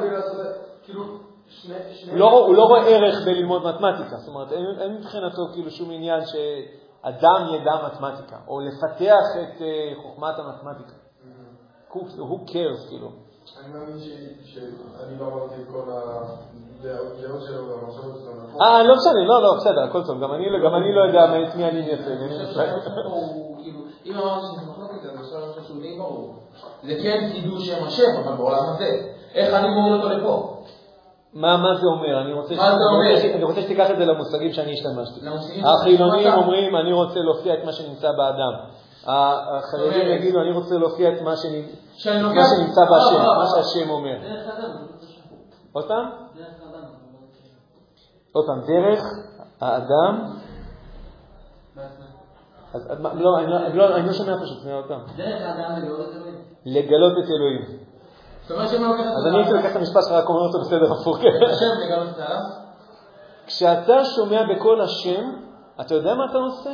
הוא לא רואה ערך בללמוד מתמטיקה, זאת אומרת, אין מבחינתו כאילו שום עניין שאדם ידע מתמטיקה, או לפתח את חוכמת המתמטיקה. הוא קרס, כאילו. אני מאמין שאני לא אמרתי את כל הדעות שלו והמחשבות שלו. אה, לא משנה, לא, לא, בסדר, הכל טוב, גם אני לא יודע את מי אני מייצג. אם אמרתי שזה מחלוקת, אז עכשיו אני חושב שהוא די ברור. זה כן חידוש שם השם, אבל בעולם הזה. איך אני מוריד אותו לפה? מה, מה זה אומר? אני רוצה, מה זה אומר? אני רוצה שתיקח את זה למושגים שאני השתמשתי. החילונים אומרים, אני רוצה להופיע את מה שנמצא באדם. החרדים יגידו, אני רוצה להופיע את מה שנמצא בהשם, מה שהשם אומר. אותם? עוד פעם, דרך האדם, אז לא, אני לא שומע פשוט, זה עוד פעם. דרך האדם לגלות את אלוהים. לגלות את אלוהים. אז אני הייתי לקח את המשפט שלך, רק אומר אותו בסדר הפוך. השם לגלות את האדם? כשאתה שומע בקול השם, אתה יודע מה אתה עושה?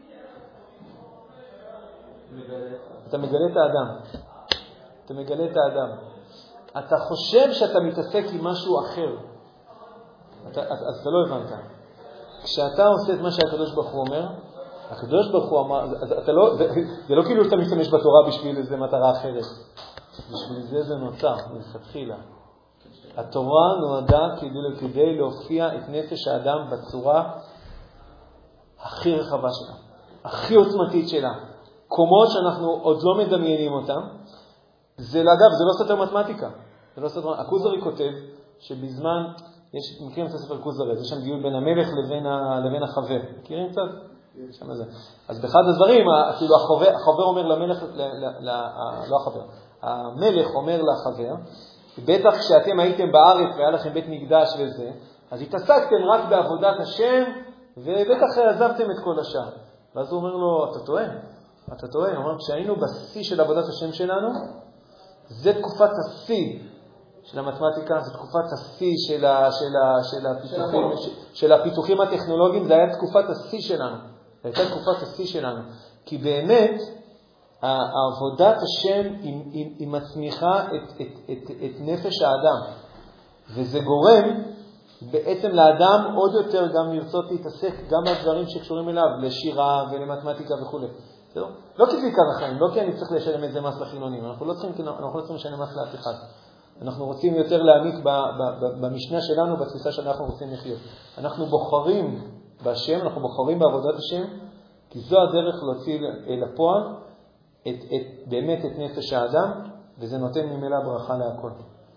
אתה מגלה את האדם. אתה מגלה את האדם. אתה חושב שאתה מתעסק עם משהו אחר. אתה, אז אתה לא הבנת. כשאתה עושה את מה שהקדוש ברוך הוא אומר, הקדוש ברוך הוא אמר, אתה לא, זה, זה לא כאילו אתה משתמש בתורה בשביל איזו מטרה אחרת. בשביל זה זה נוצר, מלכתחילה. התורה נועדה כדי, כדי להופיע את נפש האדם בצורה הכי רחבה שלה, הכי עוצמתית שלה. קומות שאנחנו עוד לא מדמיינים אותן. זה, אגב, זה לא סותר מתמטיקה. זה לא סותר... הכוזרי כותב שבזמן, יש, מכירים את הספר כוזרי, יש שם דיון בין המלך לבין, ה, לבין החבר. מכירים קצת? שם זה. אז באחד הדברים, כאילו החבר, החבר אומר למלך, ל, ל, ל, לא החבר, המלך אומר לחבר, בטח כשאתם הייתם בארץ והיה לכם בית מקדש וזה, אז התעסקתם רק בעבודת השם, ובטח עזבתם את כל השאר. ואז הוא אומר לו, אתה טועה, אתה טועה. הוא אומר, כשהיינו בשיא של עבודת השם שלנו, זה תקופת השיא של המתמטיקה, זה תקופת השיא של, ה, של, ה, של, הפיתוחים, של, של הפיתוחים הטכנולוגיים, זה היה תקופת השיא שלנו. זה הייתה תקופת השיא שלנו. כי באמת, עבודת השם היא, היא, היא מצמיחה את, את, את, את נפש האדם. וזה גורם בעצם לאדם עוד יותר גם לרצות להתעסק גם בדברים שקשורים אליו, לשירה ולמתמטיקה וכו'. לא כי זה עיקר החיים, לא כי אני צריך לשלם את זה מס לחילונים. אנחנו לא צריכים, אנחנו לא צריכים לשלם מס לאף אחד. אנחנו רוצים יותר להעמיק ב, ב, ב, במשנה שלנו, בתפיסה שאנחנו רוצים לחיות. אנחנו בוחרים בהשם, אנחנו בוחרים בעבודת השם, כי זו הדרך להוציא אל הפועל את, את, באמת את נפש האדם, וזה נותן ממילא ברכה להכל.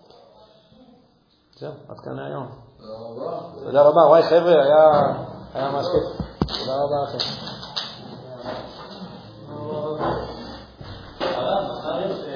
זהו, עד כאן היום. תודה רבה. תודה רבה. וואי חבר'ה, היה, היה ממש כיף. תודה רבה לכם.